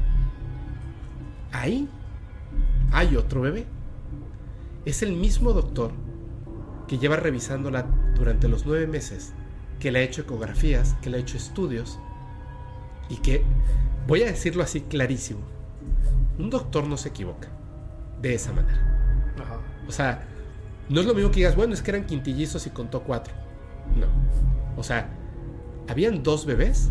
Ahí hay otro bebé. Es el mismo doctor que lleva revisándola durante los nueve meses, que le ha hecho ecografías, que le ha hecho estudios, y que, voy a decirlo así clarísimo, un doctor no se equivoca de esa manera. Ajá. O sea, no es lo mismo que digas, bueno, es que eran quintillizos y contó cuatro. No. O sea, habían dos bebés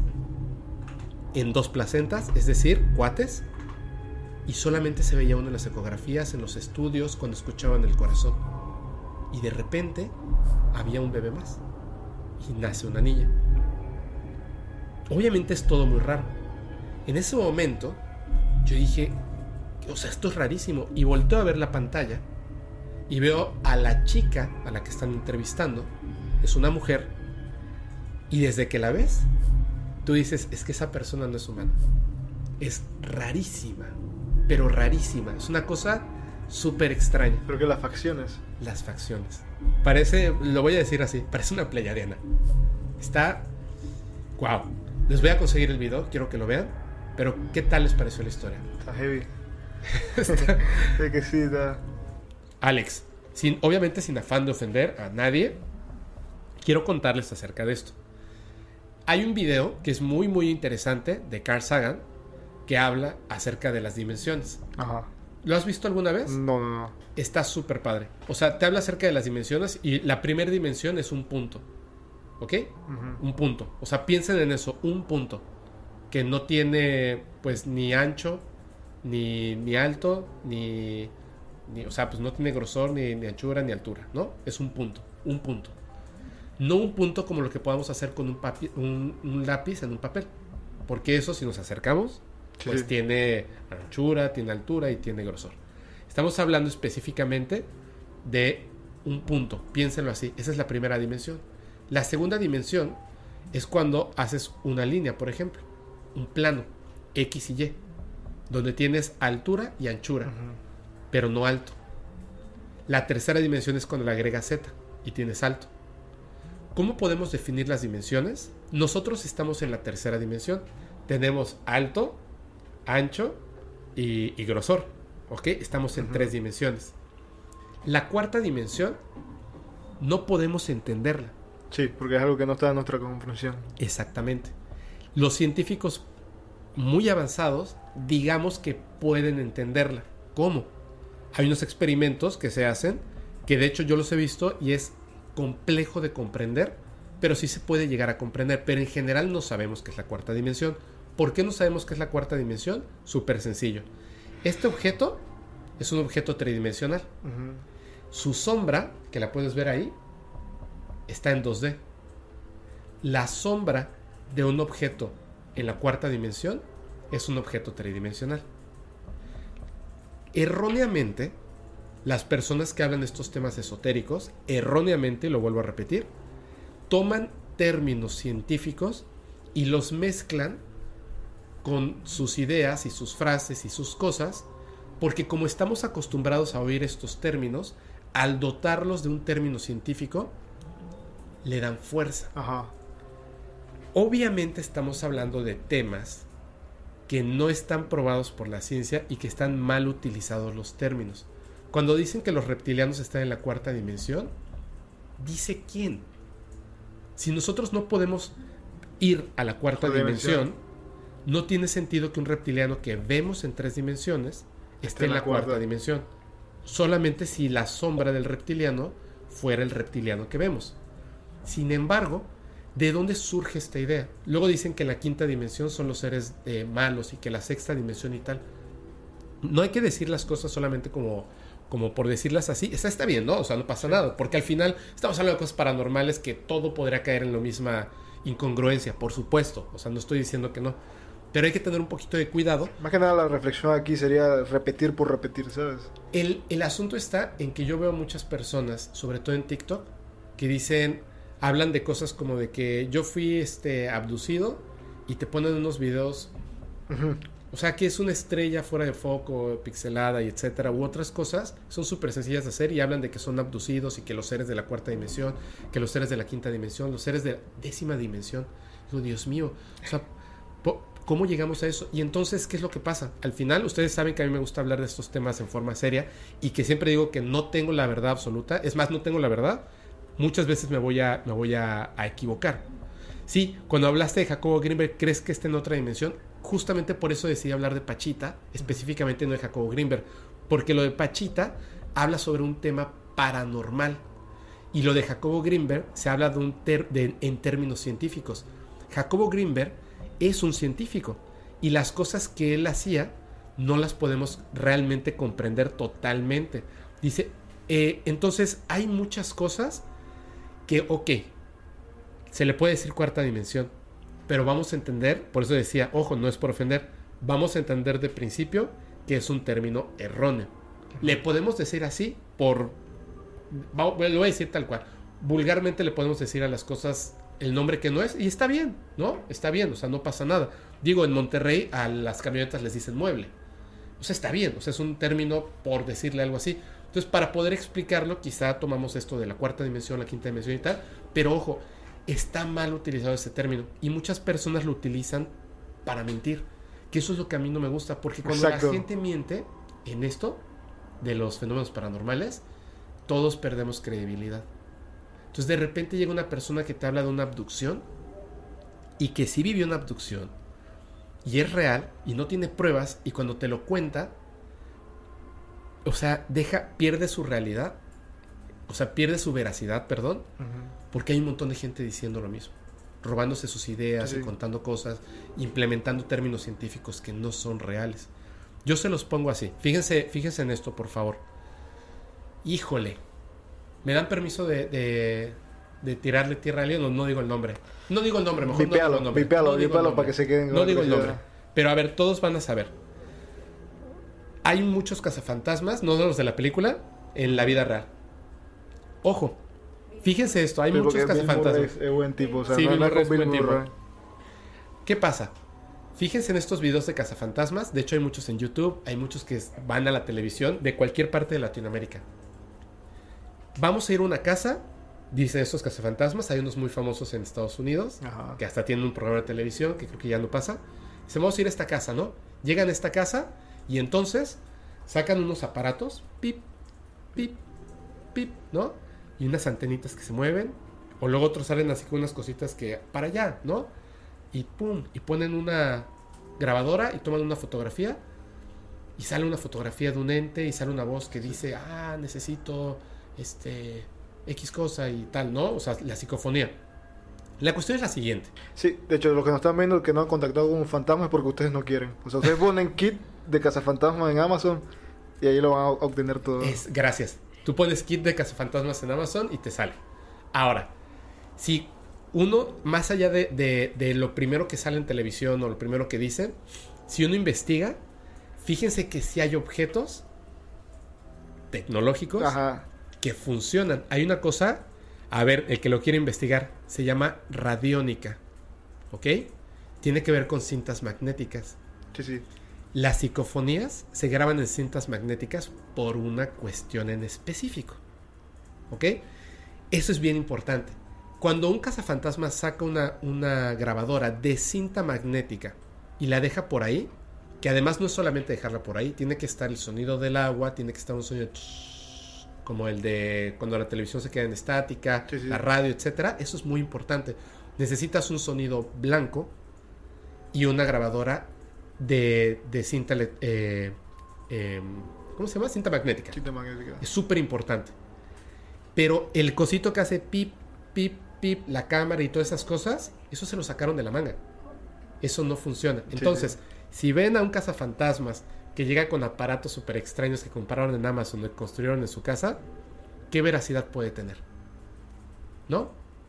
en dos placentas, es decir, cuates, y solamente se veía uno en las ecografías, en los estudios, cuando escuchaban el corazón. Y de repente había un bebé más y nace una niña. Obviamente es todo muy raro. En ese momento yo dije, o sea, esto es rarísimo. Y volteo a ver la pantalla y veo a la chica a la que están entrevistando. Es una mujer. Y desde que la ves, tú dices, es que esa persona no es humana. Es rarísima, pero rarísima. Es una cosa súper extraña. Creo que las facciones. Las facciones. Parece, lo voy a decir así, parece una pleiadiana. Está... Wow. Les voy a conseguir el video, quiero que lo vean. Pero, ¿qué tal les pareció la historia? Está heavy. Está... Es que sí, está... Alex, sin, obviamente sin afán de ofender a nadie, quiero contarles acerca de esto. Hay un video que es muy muy interesante de Carl Sagan que habla acerca de las dimensiones. Ajá. ¿Lo has visto alguna vez? No, no, no. Está súper padre. O sea, te habla acerca de las dimensiones y la primera dimensión es un punto. ¿Ok? Uh-huh. Un punto. O sea, piensen en eso, un punto. Que no tiene, pues, ni ancho, ni, ni alto, ni, ni... O sea, pues no tiene grosor, ni, ni anchura, ni altura, ¿no? Es un punto. Un punto. No un punto como lo que podamos hacer con un, papi, un, un lápiz en un papel. Porque eso, si nos acercamos, Sí, pues sí. tiene anchura, tiene altura y tiene grosor. Estamos hablando específicamente de un punto. Piénsenlo así. Esa es la primera dimensión. La segunda dimensión es cuando haces una línea, por ejemplo. Un plano, X y Y. Donde tienes altura y anchura. Uh-huh. Pero no alto. La tercera dimensión es cuando le agregas Z y tienes alto. ¿Cómo podemos definir las dimensiones? Nosotros estamos en la tercera dimensión. Tenemos alto, ancho y, y grosor. ¿Ok? Estamos en uh-huh. tres dimensiones. La cuarta dimensión no podemos entenderla. Sí, porque es algo que no está en nuestra comprensión. Exactamente. Los científicos muy avanzados, digamos que pueden entenderla. ¿Cómo? Hay unos experimentos que se hacen, que de hecho yo los he visto y es complejo de comprender, pero sí se puede llegar a comprender. Pero en general no sabemos qué es la cuarta dimensión. ¿Por qué no sabemos qué es la cuarta dimensión? Súper sencillo. Este objeto es un objeto tridimensional. Uh-huh. Su sombra, que la puedes ver ahí, está en dos D. La sombra de un objeto en la cuarta dimensión es un objeto tridimensional. Erróneamente, las personas que hablan de estos temas esotéricos, erróneamente, y lo vuelvo a repetir, toman términos científicos y los mezclan con sus ideas y sus frases y sus cosas, porque como estamos acostumbrados a oír estos términos, al dotarlos de un término científico, le dan fuerza. Ajá. Obviamente estamos hablando de temas que no están probados por la ciencia y que están mal utilizados los términos. Cuando dicen que los reptilianos están en la cuarta dimensión, ¿dice quién? Si nosotros no podemos ir a la cuarta dimensión, dimensión, no tiene sentido que un reptiliano que vemos en tres dimensiones esté en la, la cuarta. cuarta dimensión. Solamente si la sombra del reptiliano fuera el reptiliano que vemos. Sin embargo, ¿de dónde surge esta idea? Luego dicen que la quinta dimensión son los seres eh, malos y que la sexta dimensión y tal. No hay que decir las cosas solamente como, como por decirlas así, está, está bien, ¿no? O sea, no pasa nada, porque al final estamos hablando de cosas paranormales que todo podría caer en la misma incongruencia, por supuesto. O sea, no estoy diciendo que no, pero hay que tener un poquito de cuidado. Más que nada la reflexión aquí sería repetir por repetir, ¿sabes? El, el asunto está en que yo veo muchas personas, sobre todo en TikTok, que dicen, hablan de cosas como de que yo fui este, abducido y te ponen unos videos, Ujú. o sea, que es una estrella fuera de foco, pixelada y etcétera, u otras cosas, son súper sencillas de hacer y hablan de que son abducidos y que los seres de la cuarta dimensión, que los seres de la quinta dimensión, los seres de la décima dimensión. Digo, Dios mío, o sea, po- ¿cómo llegamos a eso? Y entonces, ¿qué es lo que pasa? Al final, ustedes saben que a mí me gusta hablar de estos temas en forma seria y que siempre digo que no tengo la verdad absoluta. Es más, no tengo la verdad. Muchas veces me voy a, me voy a, a equivocar. Sí, cuando hablaste de Jacobo Greenberg, ¿crees que está en otra dimensión? Justamente por eso decidí hablar de Pachita, específicamente no de Jacobo Greenberg, porque lo de Pachita habla sobre un tema paranormal y lo de Jacobo Greenberg se habla de un ter- de, en términos científicos. Jacobo Greenberg es un científico y las cosas que él hacía no las podemos realmente comprender totalmente. Dice, eh, entonces hay muchas cosas que, ok, se le puede decir cuarta dimensión, pero vamos a entender, por eso decía, ojo, no es por ofender, vamos a entender de principio que es un término erróneo. Le podemos decir así por, va- lo voy a decir tal cual, vulgarmente le podemos decir a las cosas el nombre que no es, y está bien, ¿no? Está bien, o sea, no pasa nada. Digo, en Monterrey a las camionetas les dicen mueble. O sea, está bien, o sea, es un término por decirle algo así. Entonces, para poder explicarlo, quizá tomamos esto de la cuarta dimensión, la quinta dimensión y tal, pero ojo, está mal utilizado ese término y muchas personas lo utilizan para mentir, que eso es lo que a mí no me gusta, porque cuando Exacto. la gente miente en esto de los fenómenos paranormales, todos perdemos credibilidad. Entonces de repente llega una persona que te habla de una abducción y que sí vivió una abducción y es real y no tiene pruebas, y cuando te lo cuenta, o sea, deja, pierde su realidad, o sea, pierde su veracidad, perdón, Ujú. porque hay un montón de gente diciendo lo mismo, robándose sus ideas Sí. y contando cosas, implementando términos científicos que no son reales. Yo se los pongo así. Fíjense, fíjense en esto, por favor. Híjole, ¿me dan permiso de, de, de tirarle tierra a alguien? No, no digo el nombre. No digo el nombre, mejor no Vipealo, digo el nombre. vipealo, No digo el vipealo nombre. para que se queden con No la digo el nombre. curiosidad. Pero a ver, todos van a saber. Hay muchos cazafantasmas, no de los de la película, en la vida real. Ojo, fíjense esto, hay Sí, muchos porque Bill Murray cazafantasmas. es, es buen tipo, o sea, Sí, no Bill no Murray es con Bill buen tipo. Murray. ¿Qué pasa? Fíjense en estos videos de cazafantasmas. De hecho hay muchos en YouTube, hay muchos que van a la televisión de cualquier parte de Latinoamérica. Vamos a ir a una casa, dicen estos cazafantasmas. Hay unos muy famosos en Estados Unidos, Ajá. que hasta tienen un programa de televisión, que creo que ya no pasa. Dicen, vamos a ir a esta casa, ¿no? Llegan a esta casa y entonces sacan unos aparatos, pip, pip, pip, ¿no? Y unas antenitas que se mueven. O luego otros salen así con unas cositas que para allá, ¿no? Y pum, y ponen una grabadora y toman una fotografía. Y sale una fotografía de un ente y sale una voz que dice, ah, necesito este X cosa y tal, ¿no? O sea, la psicofonía. La cuestión es la siguiente. Sí, de hecho, los que nos están viendo que no han contactado con un fantasma es porque ustedes no quieren. O sea, ustedes ponen kit de cazafantasmas en Amazon y ahí lo van a obtener todo. Es, gracias. Tú pones kit de cazafantasmas en Amazon y te sale. Ahora, si uno, más allá de, de, de lo primero que sale en televisión o lo primero que dicen, si uno investiga, fíjense que si hay objetos tecnológicos Ajá. que funcionan. Hay una cosa, a ver, el que lo quiere investigar, se llama radiónica, ¿ok? Tiene que ver con cintas magnéticas. Sí, sí. Las psicofonías se graban en cintas magnéticas por una cuestión en específico, ¿ok? Eso es bien importante. Cuando un cazafantasma saca una, una grabadora de cinta magnética y la deja por ahí, que además no es solamente dejarla por ahí, tiene que estar el sonido del agua, tiene que estar un sonido tsh, como el de cuando la televisión se queda en estática, Sí, sí. la radio, etcétera. Eso es muy importante. Necesitas un sonido blanco y una grabadora de, de cinta, le- eh, eh, ¿cómo se llama? Cinta magnética. Cinta magnética. Es súper importante. Pero el cosito que hace pip, pip, pip, la cámara y todas esas cosas, eso se lo sacaron de la manga. Eso no funciona. Entonces, sí. si ven a un cazafantasmas que llega con aparatos súper extraños que compraron en Amazon y construyeron en su casa, ¿qué veracidad puede tener? ¿No?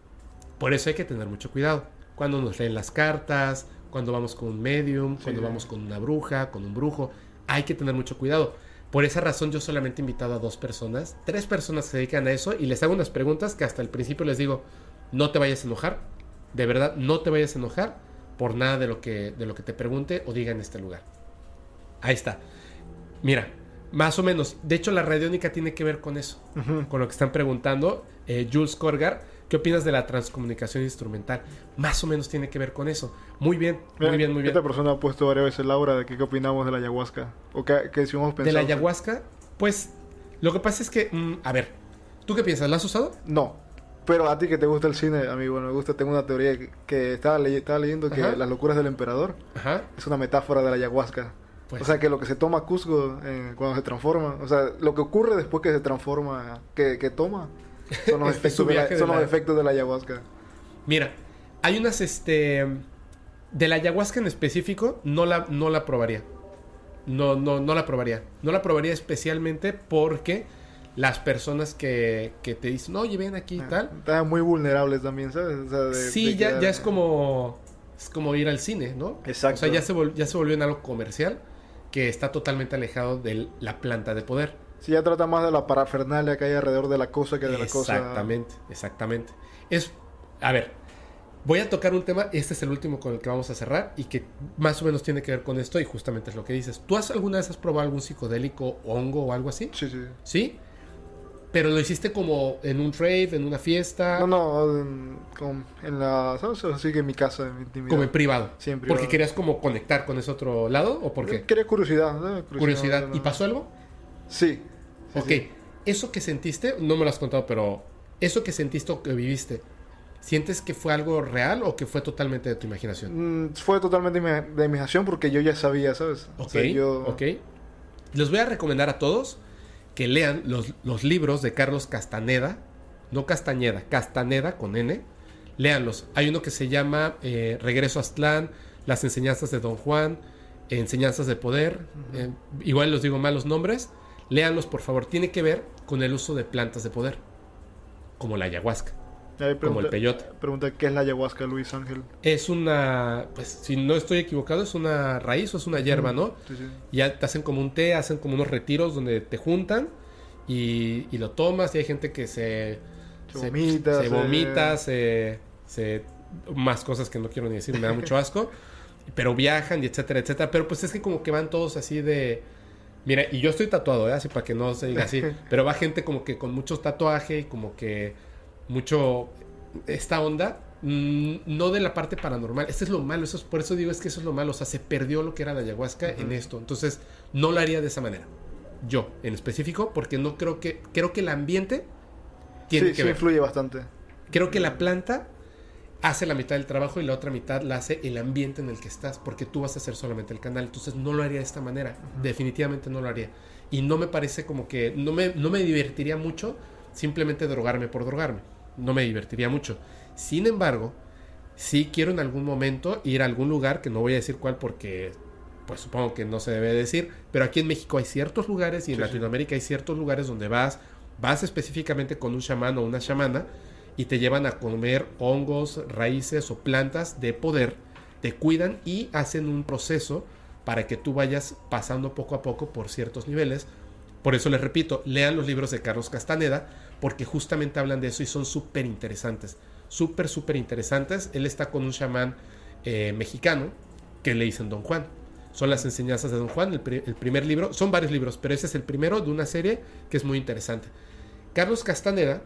Por eso hay que tener mucho cuidado. Cuando nos leen las cartas, cuando vamos con un medium, Sí. cuando vamos con una bruja, con un brujo, hay que tener mucho cuidado. Por esa razón yo solamente he invitado a dos personas, tres personas se dedican a eso y les hago unas preguntas que hasta el principio les digo, no te vayas a enojar, de verdad no te vayas a enojar por nada de lo que, de lo que te pregunte o diga en este lugar. Ahí está. Mira, más o menos, de hecho la radiónica tiene que ver con eso, Ujú. con lo que están preguntando. eh, Jules Corgar, ¿qué opinas de la transcomunicación instrumental? Más o menos tiene que ver con eso. Muy bien, muy Mira, bien, muy bien. Esta persona ha puesto varias veces, Laura, de que qué opinamos de la ayahuasca. O que, que si hemos pensado... De la ayahuasca, pues lo que pasa es que, mm, a ver, ¿tú qué piensas? ¿La has usado? No. Pero a ti que te gusta el cine, amigo, bueno, me gusta, tengo una teoría que, que estaba, ley- estaba leyendo que Ajá. Las locuras del emperador Ajá. es una metáfora de la ayahuasca. Pues, O sea, que lo que se toma Cusco eh, cuando se transforma, o sea, lo que ocurre después que se transforma, que, que toma, son los, Es su efectos, de la, viaje de son los la- efectos de la ayahuasca. mira, hay unas, este, de la ayahuasca en específico, no la, no la probaría. No, no, no la probaría. No la probaría especialmente porque las personas que, que te dicen, oye, ven aquí y tal. Están muy vulnerables también, ¿sabes? O sea, de- Sí, de ya, quedar- ya es como es como ir al cine, ¿no? Exacto. O sea, ya se, vol- ya se volvió en algo comercial que está totalmente alejado de la planta de poder. Sí, ya trata más de la parafernalia que hay alrededor de la cosa que de la cosa. Exactamente, exactamente. Es, a ver, voy a tocar un tema, este es el último con el que vamos a cerrar y que más o menos tiene que ver con esto y justamente es lo que dices. ¿Tú has alguna vez has probado algún psicodélico, hongo o algo así? Sí, sí. ¿Sí? Pero lo hiciste como en un rave, en una fiesta, No, no, en, con- en la, ¿sabes? Así que en mi casa, en mi intimidad. como en privado. Sí, en privado. ¿Porque querías como conectar con ese otro lado o por qué? Quería curiosidad, ¿no? Curiosidad. ¿no? ¿Y pasó algo? Sí. sí, Ok, sí. eso que sentiste, no me lo has contado, pero eso que sentiste o que viviste, ¿sientes que fue algo real o que fue totalmente de tu imaginación? Mm, fue totalmente de mi- de imaginación porque yo ya sabía, ¿sabes? O Ok, sea, yo... ok. Les voy a recomendar a todos que lean los, los libros de Carlos Castaneda, no Castañeda, Castaneda con N, léanlos. Hay uno que se llama eh, Regreso a Aztlán, Las enseñanzas de Don Juan, Enseñanzas de Poder, eh, igual los digo mal los nombres, léanlos por favor, tiene que ver con el uso de plantas de poder, como la ayahuasca, Ahí como pregunta, el peyote. pregunta, ¿qué es la ayahuasca, Luis Ángel? Es una, pues si no estoy equivocado, es una raíz o es una hierba, ¿no? Sí, sí. Ya te hacen como un té, hacen como unos retiros donde te juntan y, y lo tomas y hay gente que se... Se vomita, Se se- vomita, se, se... Más cosas que no quiero ni decir, me da mucho asco. Pero viajan y etcétera, etcétera. Pero pues es que como que van todos así de... Mira, y yo estoy tatuado, ¿eh? Así para que no se diga así. Pero va gente como que con mucho tatuaje y como que mucho... Esta onda, mm, no de la parte paranormal. Este es lo malo, eso es, por eso digo es que eso es lo malo. O sea, se perdió lo que era la ayahuasca en esto. Entonces, no lo haría de esa manera. Yo, en específico, porque no creo que... Creo que el ambiente tiene Sí, que sí ver. influye bastante. Creo que la planta hace la mitad del trabajo y la otra mitad la hace el ambiente en el que estás, porque tú vas a hacer solamente el canal. Entonces no lo haría de esta manera. Definitivamente no lo haría. Y no me parece como que... No me, no me divertiría mucho simplemente drogarme por drogarme. No me divertiría mucho. Sin embargo, sí quiero en algún momento ir a algún lugar, que no voy a decir cuál porque... Pues supongo que no se debe decir. Pero aquí en México hay ciertos lugares y en Sí, sí. Latinoamérica hay ciertos lugares donde vas... Vas específicamente con un chamán o una chamana y te llevan a comer hongos, raíces o plantas de poder, te cuidan y hacen un proceso para que tú vayas pasando poco a poco por ciertos niveles. Por eso les repito, lean los libros de Carlos Castaneda, porque justamente hablan de eso y son súper interesantes. Súper, súper interesantes. Él está con un chamán eh, mexicano que le dicen Don Juan. Son las enseñanzas de Don Juan, el, pri- el primer libro. Son varios libros, pero ese es el primero de una serie que es muy interesante. Carlos Castaneda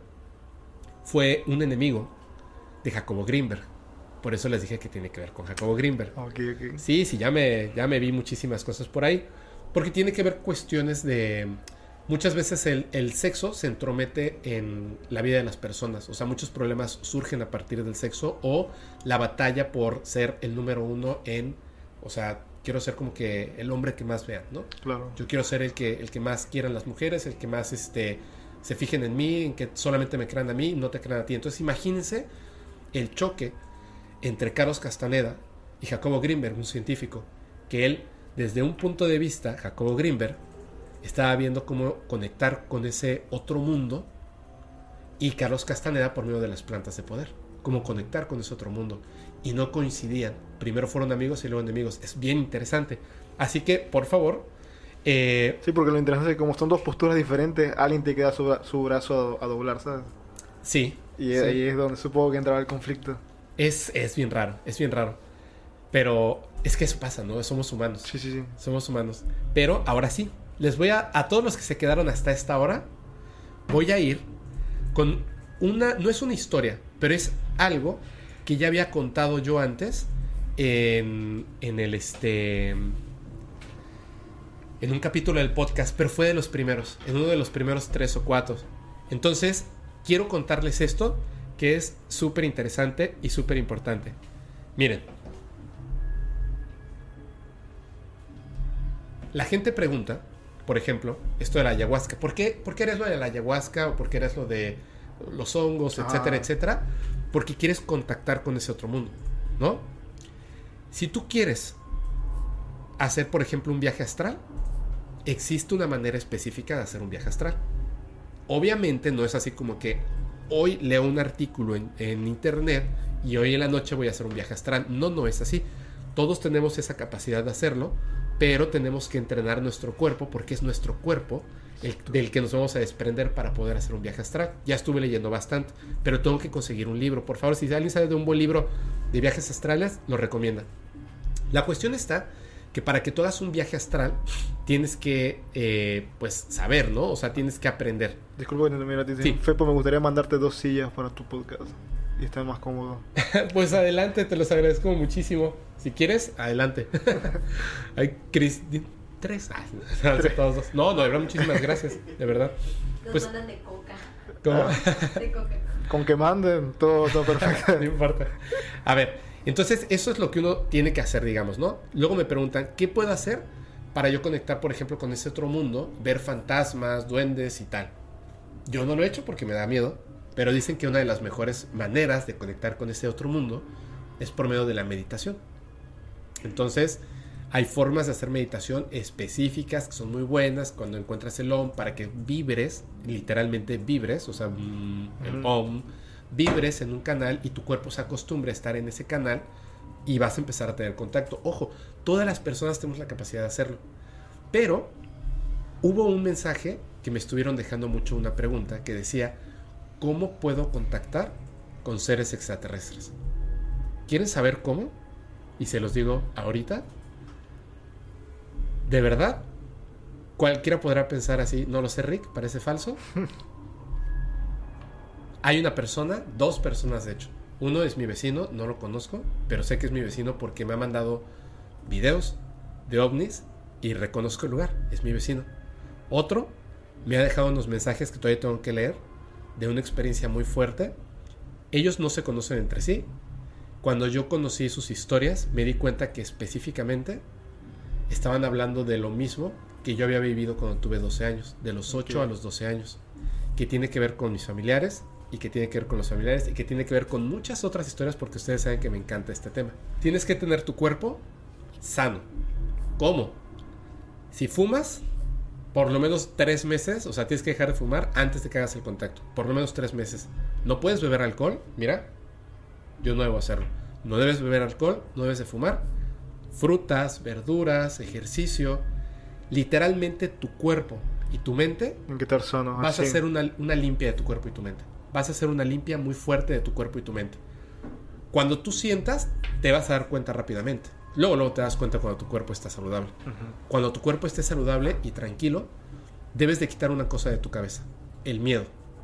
fue un enemigo de Jacobo Greenberg. Por eso les dije que tiene que ver con Jacobo Greenberg. Ok, ok. Sí, sí, ya me, ya me vi muchísimas cosas por ahí. Porque tiene que ver cuestiones de... Muchas veces el, el sexo se entromete en la vida de las personas. O sea, muchos problemas surgen a partir del sexo o la batalla por ser el número uno en... O sea, quiero ser como que el hombre que más vean, ¿no? Claro. Yo quiero ser el que, el que más quieran las mujeres, el que más este, se fijen en mí, en que solamente me crean a mí y no te crean a ti. Entonces imagínense el choque entre Carlos Castaneda y Jacobo Greenberg, un científico, que él desde un punto de vista, Jacobo Greenberg estaba viendo cómo conectar con ese otro mundo, y Carlos Castaneda por medio de las plantas de poder, cómo conectar con ese otro mundo, y no coincidían. Primero fueron amigos y luego enemigos. Es bien interesante. Así que, por favor, eh, Sí, porque lo interesante es que como son dos posturas diferentes, alguien te queda su, bra- su brazo a, a doblar, ¿sabes? sí, Y sí. ahí es donde supongo que entraba el conflicto. Es, es bien raro, es bien raro. Pero es que eso pasa, ¿no? Somos humanos. Sí, sí, sí. Somos humanos. Pero ahora sí, les voy a... A todos los que se quedaron hasta esta hora, voy a ir con una... No es una historia, pero es algo que ya había contado yo antes en, en el este... En un capítulo del podcast, pero fue de los primeros. En uno de los primeros tres o cuatro. Entonces, quiero contarles esto, que es súper interesante y súper importante. Miren. La gente pregunta, por ejemplo, esto de la ayahuasca. ¿Por qué, ¿Por qué eres lo de la ayahuasca? ¿O por qué eres lo de los hongos, etcétera, Ah. etcétera? Porque quieres contactar con ese otro mundo, ¿no? Si tú quieres hacer, por ejemplo, un viaje astral, existe una manera específica de hacer un viaje astral. Obviamente no es así como que hoy leo un artículo en, en internet y hoy en la noche voy a hacer un viaje astral. No, no es así. Todos tenemos esa capacidad de hacerlo, pero tenemos que entrenar nuestro cuerpo porque es nuestro cuerpo el, del que nos vamos a desprender para poder hacer un viaje astral. Ya estuve leyendo bastante, pero tengo que conseguir un libro. Por favor, si alguien sabe de un buen libro de viajes astrales, lo recomienda. La cuestión está que para que tú hagas un viaje astral tienes que, eh, pues, saber, ¿no? O sea, tienes que aprender. Disculpa que te mira, te Sí. Fepo, me gustaría mandarte dos sillas para tu podcast. Y estar más cómodo. Pues adelante, te los agradezco muchísimo. Si quieres, adelante. Ay, Chris, di- tres. Ay, no, todos dos. No, no, de verdad, muchísimas gracias, de verdad. Nos Pues, mandan de coca. ¿cómo? De coca. Con que manden, todo, todo perfecto. No importa. A ver, entonces eso es lo que uno tiene que hacer, digamos, ¿no? Luego me preguntan, ¿qué puedo hacer para yo conectar, por ejemplo, con ese otro mundo? Ver fantasmas, duendes y tal. Yo no lo he hecho porque me da miedo, pero dicen que una de las mejores maneras de conectar con ese otro mundo es por medio de la meditación. Entonces, hay formas de hacer meditación específicas que son muy buenas cuando encuentras el Om para que vibres, literalmente vibres, o sea, mm, el Om, vibres en un canal y tu cuerpo se acostumbre a estar en ese canal y vas a empezar a tener contacto. Ojo, todas las personas tenemos la capacidad de hacerlo, pero hubo un mensaje que me estuvieron dejando mucho, una pregunta que decía, ¿cómo puedo contactar con seres extraterrestres? ¿Quieren saber cómo? Y se los digo ahorita. ¿De verdad? Cualquiera podrá pensar así, no lo sé, Rick, parece falso. Hay una persona, dos personas de hecho. Uno es mi vecino, no lo conozco, pero sé que es mi vecino porque me ha mandado videos de ovnis y reconozco el lugar, es mi vecino. Otro me ha dejado unos mensajes que todavía tengo que leer de una experiencia muy fuerte. Ellos no se conocen entre sí. Cuando yo conocí sus historias, me di cuenta que específicamente estaban hablando de lo mismo que yo había vivido cuando tuve doce años, de los ocho Ok. a los doce años, que tiene que ver con mis familiares y que tiene que ver con los familiares y que tiene que ver con muchas otras historias porque ustedes saben que me encanta este tema. Tienes que tener tu cuerpo sano. ¿Cómo? Si fumas, por lo menos tres meses, o sea, tienes que dejar de fumar antes de que hagas el contacto, por lo menos tres meses. No puedes beber alcohol, mira, yo no debo hacerlo. No debes beber alcohol, no debes de fumar. Frutas, verduras, ejercicio. Literalmente tu cuerpo y tu mente En que estar sano. vas a así. hacer una, una limpia de tu cuerpo y tu mente. Vas a hacer una limpia muy fuerte de tu cuerpo y tu mente. Cuando tú sientas, te vas a dar cuenta rápidamente. Luego, luego te das cuenta cuando tu cuerpo está saludable. Ujú. Cuando tu cuerpo esté saludable y tranquilo, debes de quitar una cosa de tu cabeza: el miedo.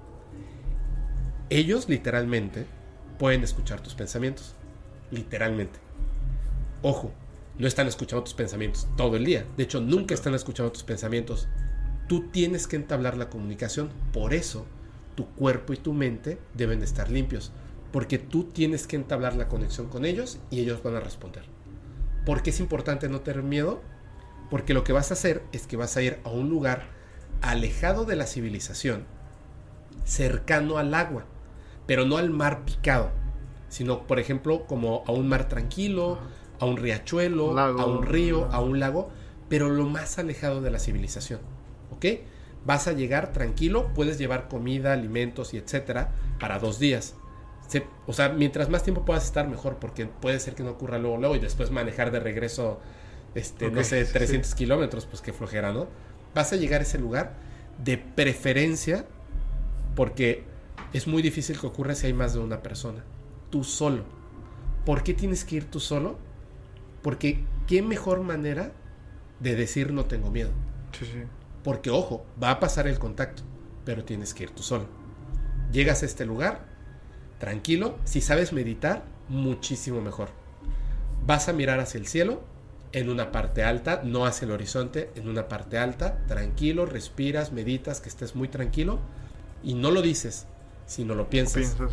Ellos literalmente pueden escuchar tus pensamientos. Literalmente. Ojo, no están escuchando tus pensamientos todo el día. De hecho, nunca están escuchando tus pensamientos. Tú tienes que entablar la comunicación. Por eso, tu cuerpo y tu mente deben de estar limpios. Porque tú tienes que entablar la conexión con ellos y ellos van a responder. ¿Por qué es importante no tener miedo? Porque lo que vas a hacer es que vas a ir a un lugar alejado de la civilización, cercano al agua, pero no al mar picado, sino, por ejemplo, como a un mar tranquilo, a un riachuelo, Lago. a un río, a un lago, pero lo más alejado de la civilización, ¿ok? Vas a llegar tranquilo, puedes llevar comida, alimentos y etcétera para dos días. Se, o sea, mientras más tiempo puedas estar, mejor, porque puede ser que no ocurra luego, luego y después manejar de regreso, este, Ok, no sé, sí, trescientos sí. kilómetros, pues qué flojera, ¿no? Vas a llegar a ese lugar, de preferencia, porque es muy difícil que ocurra si hay más de una persona. Tú solo. ¿Por qué tienes que ir tú solo? Porque qué mejor manera de decir no tengo miedo. Sí, sí. Porque, ojo, va a pasar el contacto, pero tienes que ir tú solo. Llegas a este lugar, tranquilo. Si sabes meditar, muchísimo mejor. Vas a mirar hacia el cielo, en una parte alta, no hacia el horizonte, en una parte alta, tranquilo, respiras, meditas, que estés muy tranquilo. Y no lo dices, sino lo piensas. Piensas.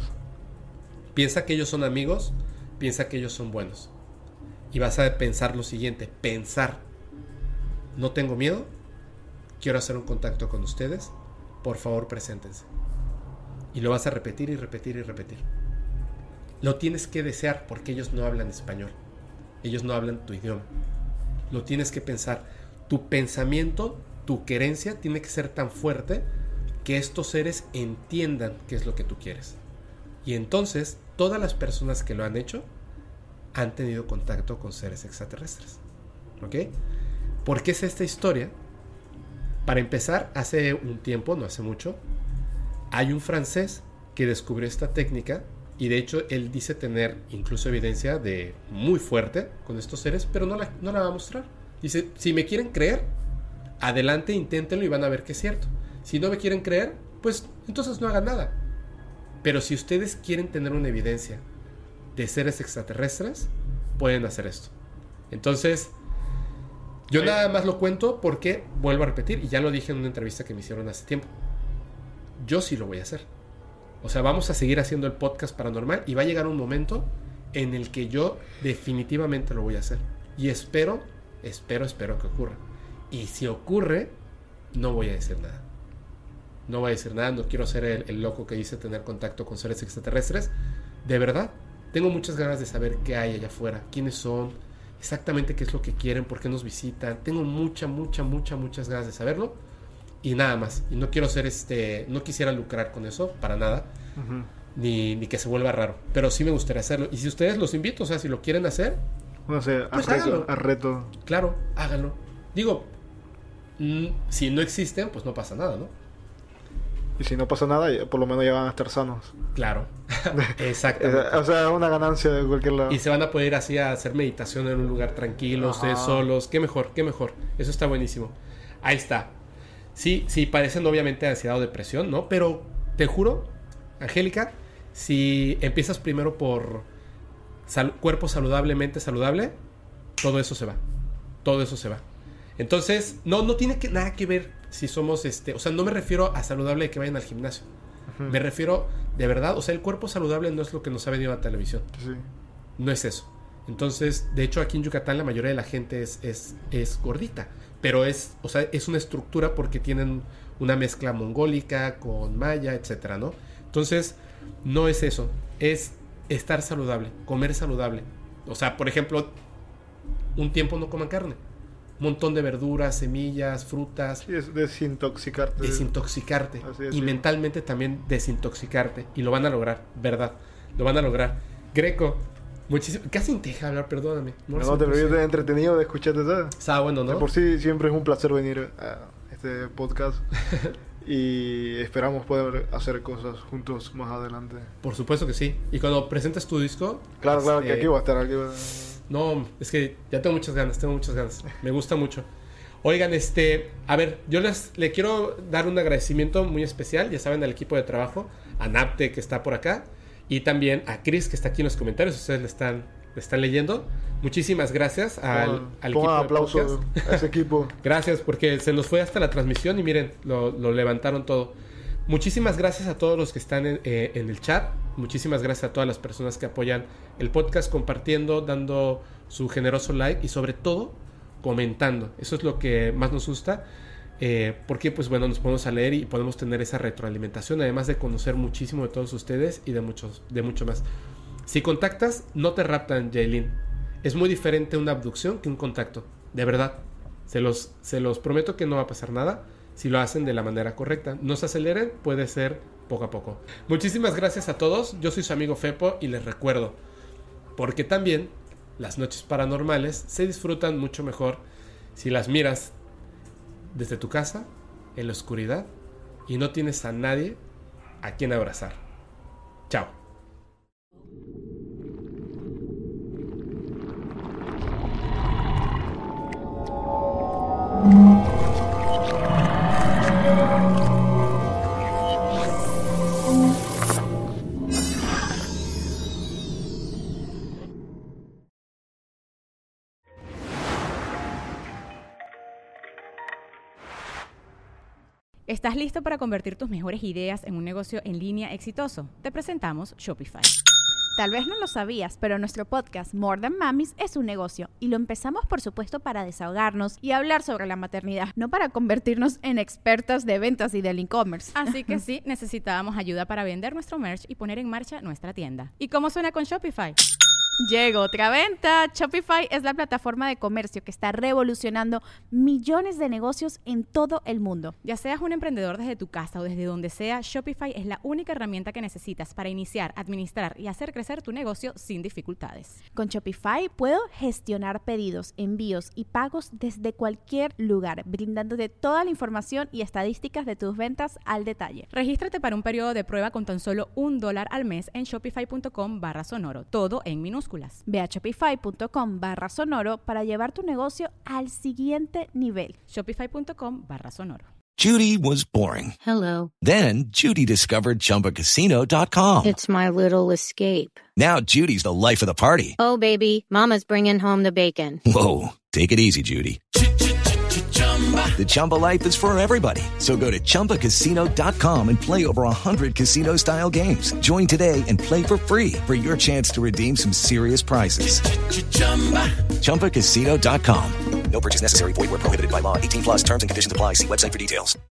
Piensa que ellos son amigos, piensa que ellos son buenos. Y vas a pensar lo siguiente, pensar. No tengo miedo, quiero hacer un contacto con ustedes, por favor preséntense. Y lo vas a repetir y repetir y repetir. Lo tienes que desear porque ellos no hablan español. Ellos no hablan tu idioma. Lo tienes que pensar. Tu pensamiento, tu querencia tiene que ser tan fuerte que estos seres entiendan qué es lo que tú quieres. Y entonces, todas las personas que lo han hecho han tenido contacto con seres extraterrestres. ¿Ok? ¿Por qué es esta historia? Para empezar, hace un tiempo, no hace mucho, hay un francés que descubrió esta técnica y de hecho él dice tener incluso evidencia de muy fuerte con estos seres, pero no la, no la va a mostrar. Dice, si me quieren creer, adelante, inténtenlo y van a ver que es cierto. Si no me quieren creer, pues entonces no hagan nada. Pero si ustedes quieren tener una evidencia de seres extraterrestres, pueden hacer esto. Entonces, yo Sí. nada más lo cuento porque, vuelvo a repetir, y ya lo dije en una entrevista que me hicieron hace tiempo, yo sí lo voy a hacer. O sea, vamos a seguir haciendo el podcast paranormal y va a llegar un momento en el que yo definitivamente lo voy a hacer. Y espero, espero, espero que ocurra. Y si ocurre, no voy a decir nada. No voy a decir nada, no quiero ser el, el loco que dice tener contacto con seres extraterrestres. De verdad, tengo muchas ganas de saber qué hay allá afuera, quiénes son, exactamente qué es lo que quieren, por qué nos visitan. Tengo mucha, mucha, mucha, muchas ganas de saberlo. Y nada más. Y no quiero ser este, no quisiera lucrar con eso, para nada. Ujú. Ni, ni que se vuelva raro. Pero sí me gustaría hacerlo. Y si ustedes los invito, o sea, si lo quieren hacer, No sé, a Pues reto, hágalo. a reto. claro, háganlo. Digo, mm, si no existen, pues no pasa nada, ¿no? Y si no pasa nada, ya- por lo menos ya van a estar sanos. Claro. Eh, Exactamente. O sea, es una ganancia de cualquier lado. Y se van a poder ir así a hacer meditación en un lugar tranquilo, Ajá. ustedes solos. Qué mejor, qué mejor. Eso está buenísimo. Ahí está. Sí, sí, padecen obviamente ansiedad o depresión, ¿no? Pero te juro, Angélica, si empiezas primero por sal- cuerpo saludablemente saludable, todo eso se va. Todo eso se va. Entonces, no, no tiene que, nada que ver si somos, este, o sea, no me refiero a saludable de que vayan al gimnasio. Ujú. Me refiero, de verdad, o sea, el cuerpo saludable no es lo que nos ha venido a la televisión. Sí. No es eso. Entonces, de hecho, aquí en Yucatán la mayoría de la gente es, es, es gordita. Pero es, o sea, es una estructura porque tienen una mezcla mongólica con maya, etcétera, ¿no? Entonces, no es eso. Es estar saludable, comer saludable. O sea, por ejemplo, un tiempo no coman carne. Un montón de verduras, semillas, frutas. Sí, es desintoxicarte. Desintoxicarte. Así es, Y sí. mentalmente también desintoxicarte. Y lo van a lograr, ¿verdad? Lo van a lograr. Greco, muchísimo. Casi te deja hablar, perdóname. No, sé no, te por qué. preocupes, entretenido de escucharte todo. Está bueno, De ¿no? por sí siempre es un placer venir a este podcast. Y esperamos poder hacer cosas juntos más adelante. Por supuesto que sí. Y cuando presentes tu disco. Claro, claro, que este, aquí va a estar. Aquí va a... No, es que ya tengo muchas ganas, tengo muchas ganas. Me gusta mucho. Oigan, este, a ver, yo les le quiero dar un agradecimiento muy especial, ya saben, al equipo de trabajo, a Napte que está por acá, y también a Chris que está aquí en los comentarios, ustedes le están, le están leyendo. Muchísimas gracias al, Pongan- al pongan equipo de aplausos podcast. a ese equipo. Gracias, porque se nos fue hasta la transmisión y miren, lo, lo levantaron todo. Muchísimas gracias a todos los que están en, eh, en el chat. Muchísimas gracias a todas las personas que apoyan el podcast, compartiendo, dando su generoso like y sobre todo comentando. Eso es lo que más nos gusta. Eh, porque pues bueno, nos podemos a leer y podemos tener esa retroalimentación, además de conocer muchísimo de todos ustedes y de muchos, de mucho más. Si contactas, no te raptan, Jaylin. es muy diferente una abducción que un contacto. De verdad. Se los, se los prometo que no va a pasar nada si lo hacen de la manera correcta. No se aceleren, puede ser poco a poco. Muchísimas gracias a todos. Yo soy su amigo Fepo y les recuerdo, porque también las noches paranormales se disfrutan mucho mejor si las miras desde tu casa, en la oscuridad, y no tienes a nadie a quien abrazar. Chao. ¿Estás listo para convertir tus mejores ideas en un negocio en línea exitoso? Te presentamos Shopify. Tal vez no lo sabías, pero nuestro podcast More Than Mamis es un negocio y lo empezamos por supuesto para desahogarnos y hablar sobre la maternidad, no para convertirnos en expertas de ventas y del e-commerce. Así que sí, necesitábamos ayuda para vender nuestro merch y poner en marcha nuestra tienda. ¿Y cómo suena con Shopify? Llegó otra venta. Shopify es la plataforma de comercio que está revolucionando millones de negocios en todo el mundo. Ya seas un emprendedor desde tu casa o desde donde sea, Shopify es la única herramienta que necesitas para iniciar, administrar y hacer crecer tu negocio sin dificultades. Con Shopify puedo gestionar pedidos, envíos y pagos desde cualquier lugar, brindándote toda la información y estadísticas de tus ventas al detalle. Regístrate para un periodo de prueba con tan solo un dólar al mes en shopify.com barra sonoro, todo en minúsculas. Ve a shopify.com barra sonoro para llevar tu negocio al siguiente nivel. Shopify.com barra sonoro. Judy was boring. Hello. Then Judy discovered Chumba Casino dot com. It's my little escape. Now Judy's the life of the party. Oh, baby, mama's bringing home the bacon. Whoa, take it easy, Judy. The Chumba life is for everybody. So go to Chumba Casino dot com and play over one hundred casino-style games. Join today and play for free for your chance to redeem some serious prizes. Chumba Casino dot com. No purchase necessary. Void where prohibited by law. eighteen plus terms and conditions apply. See website for details.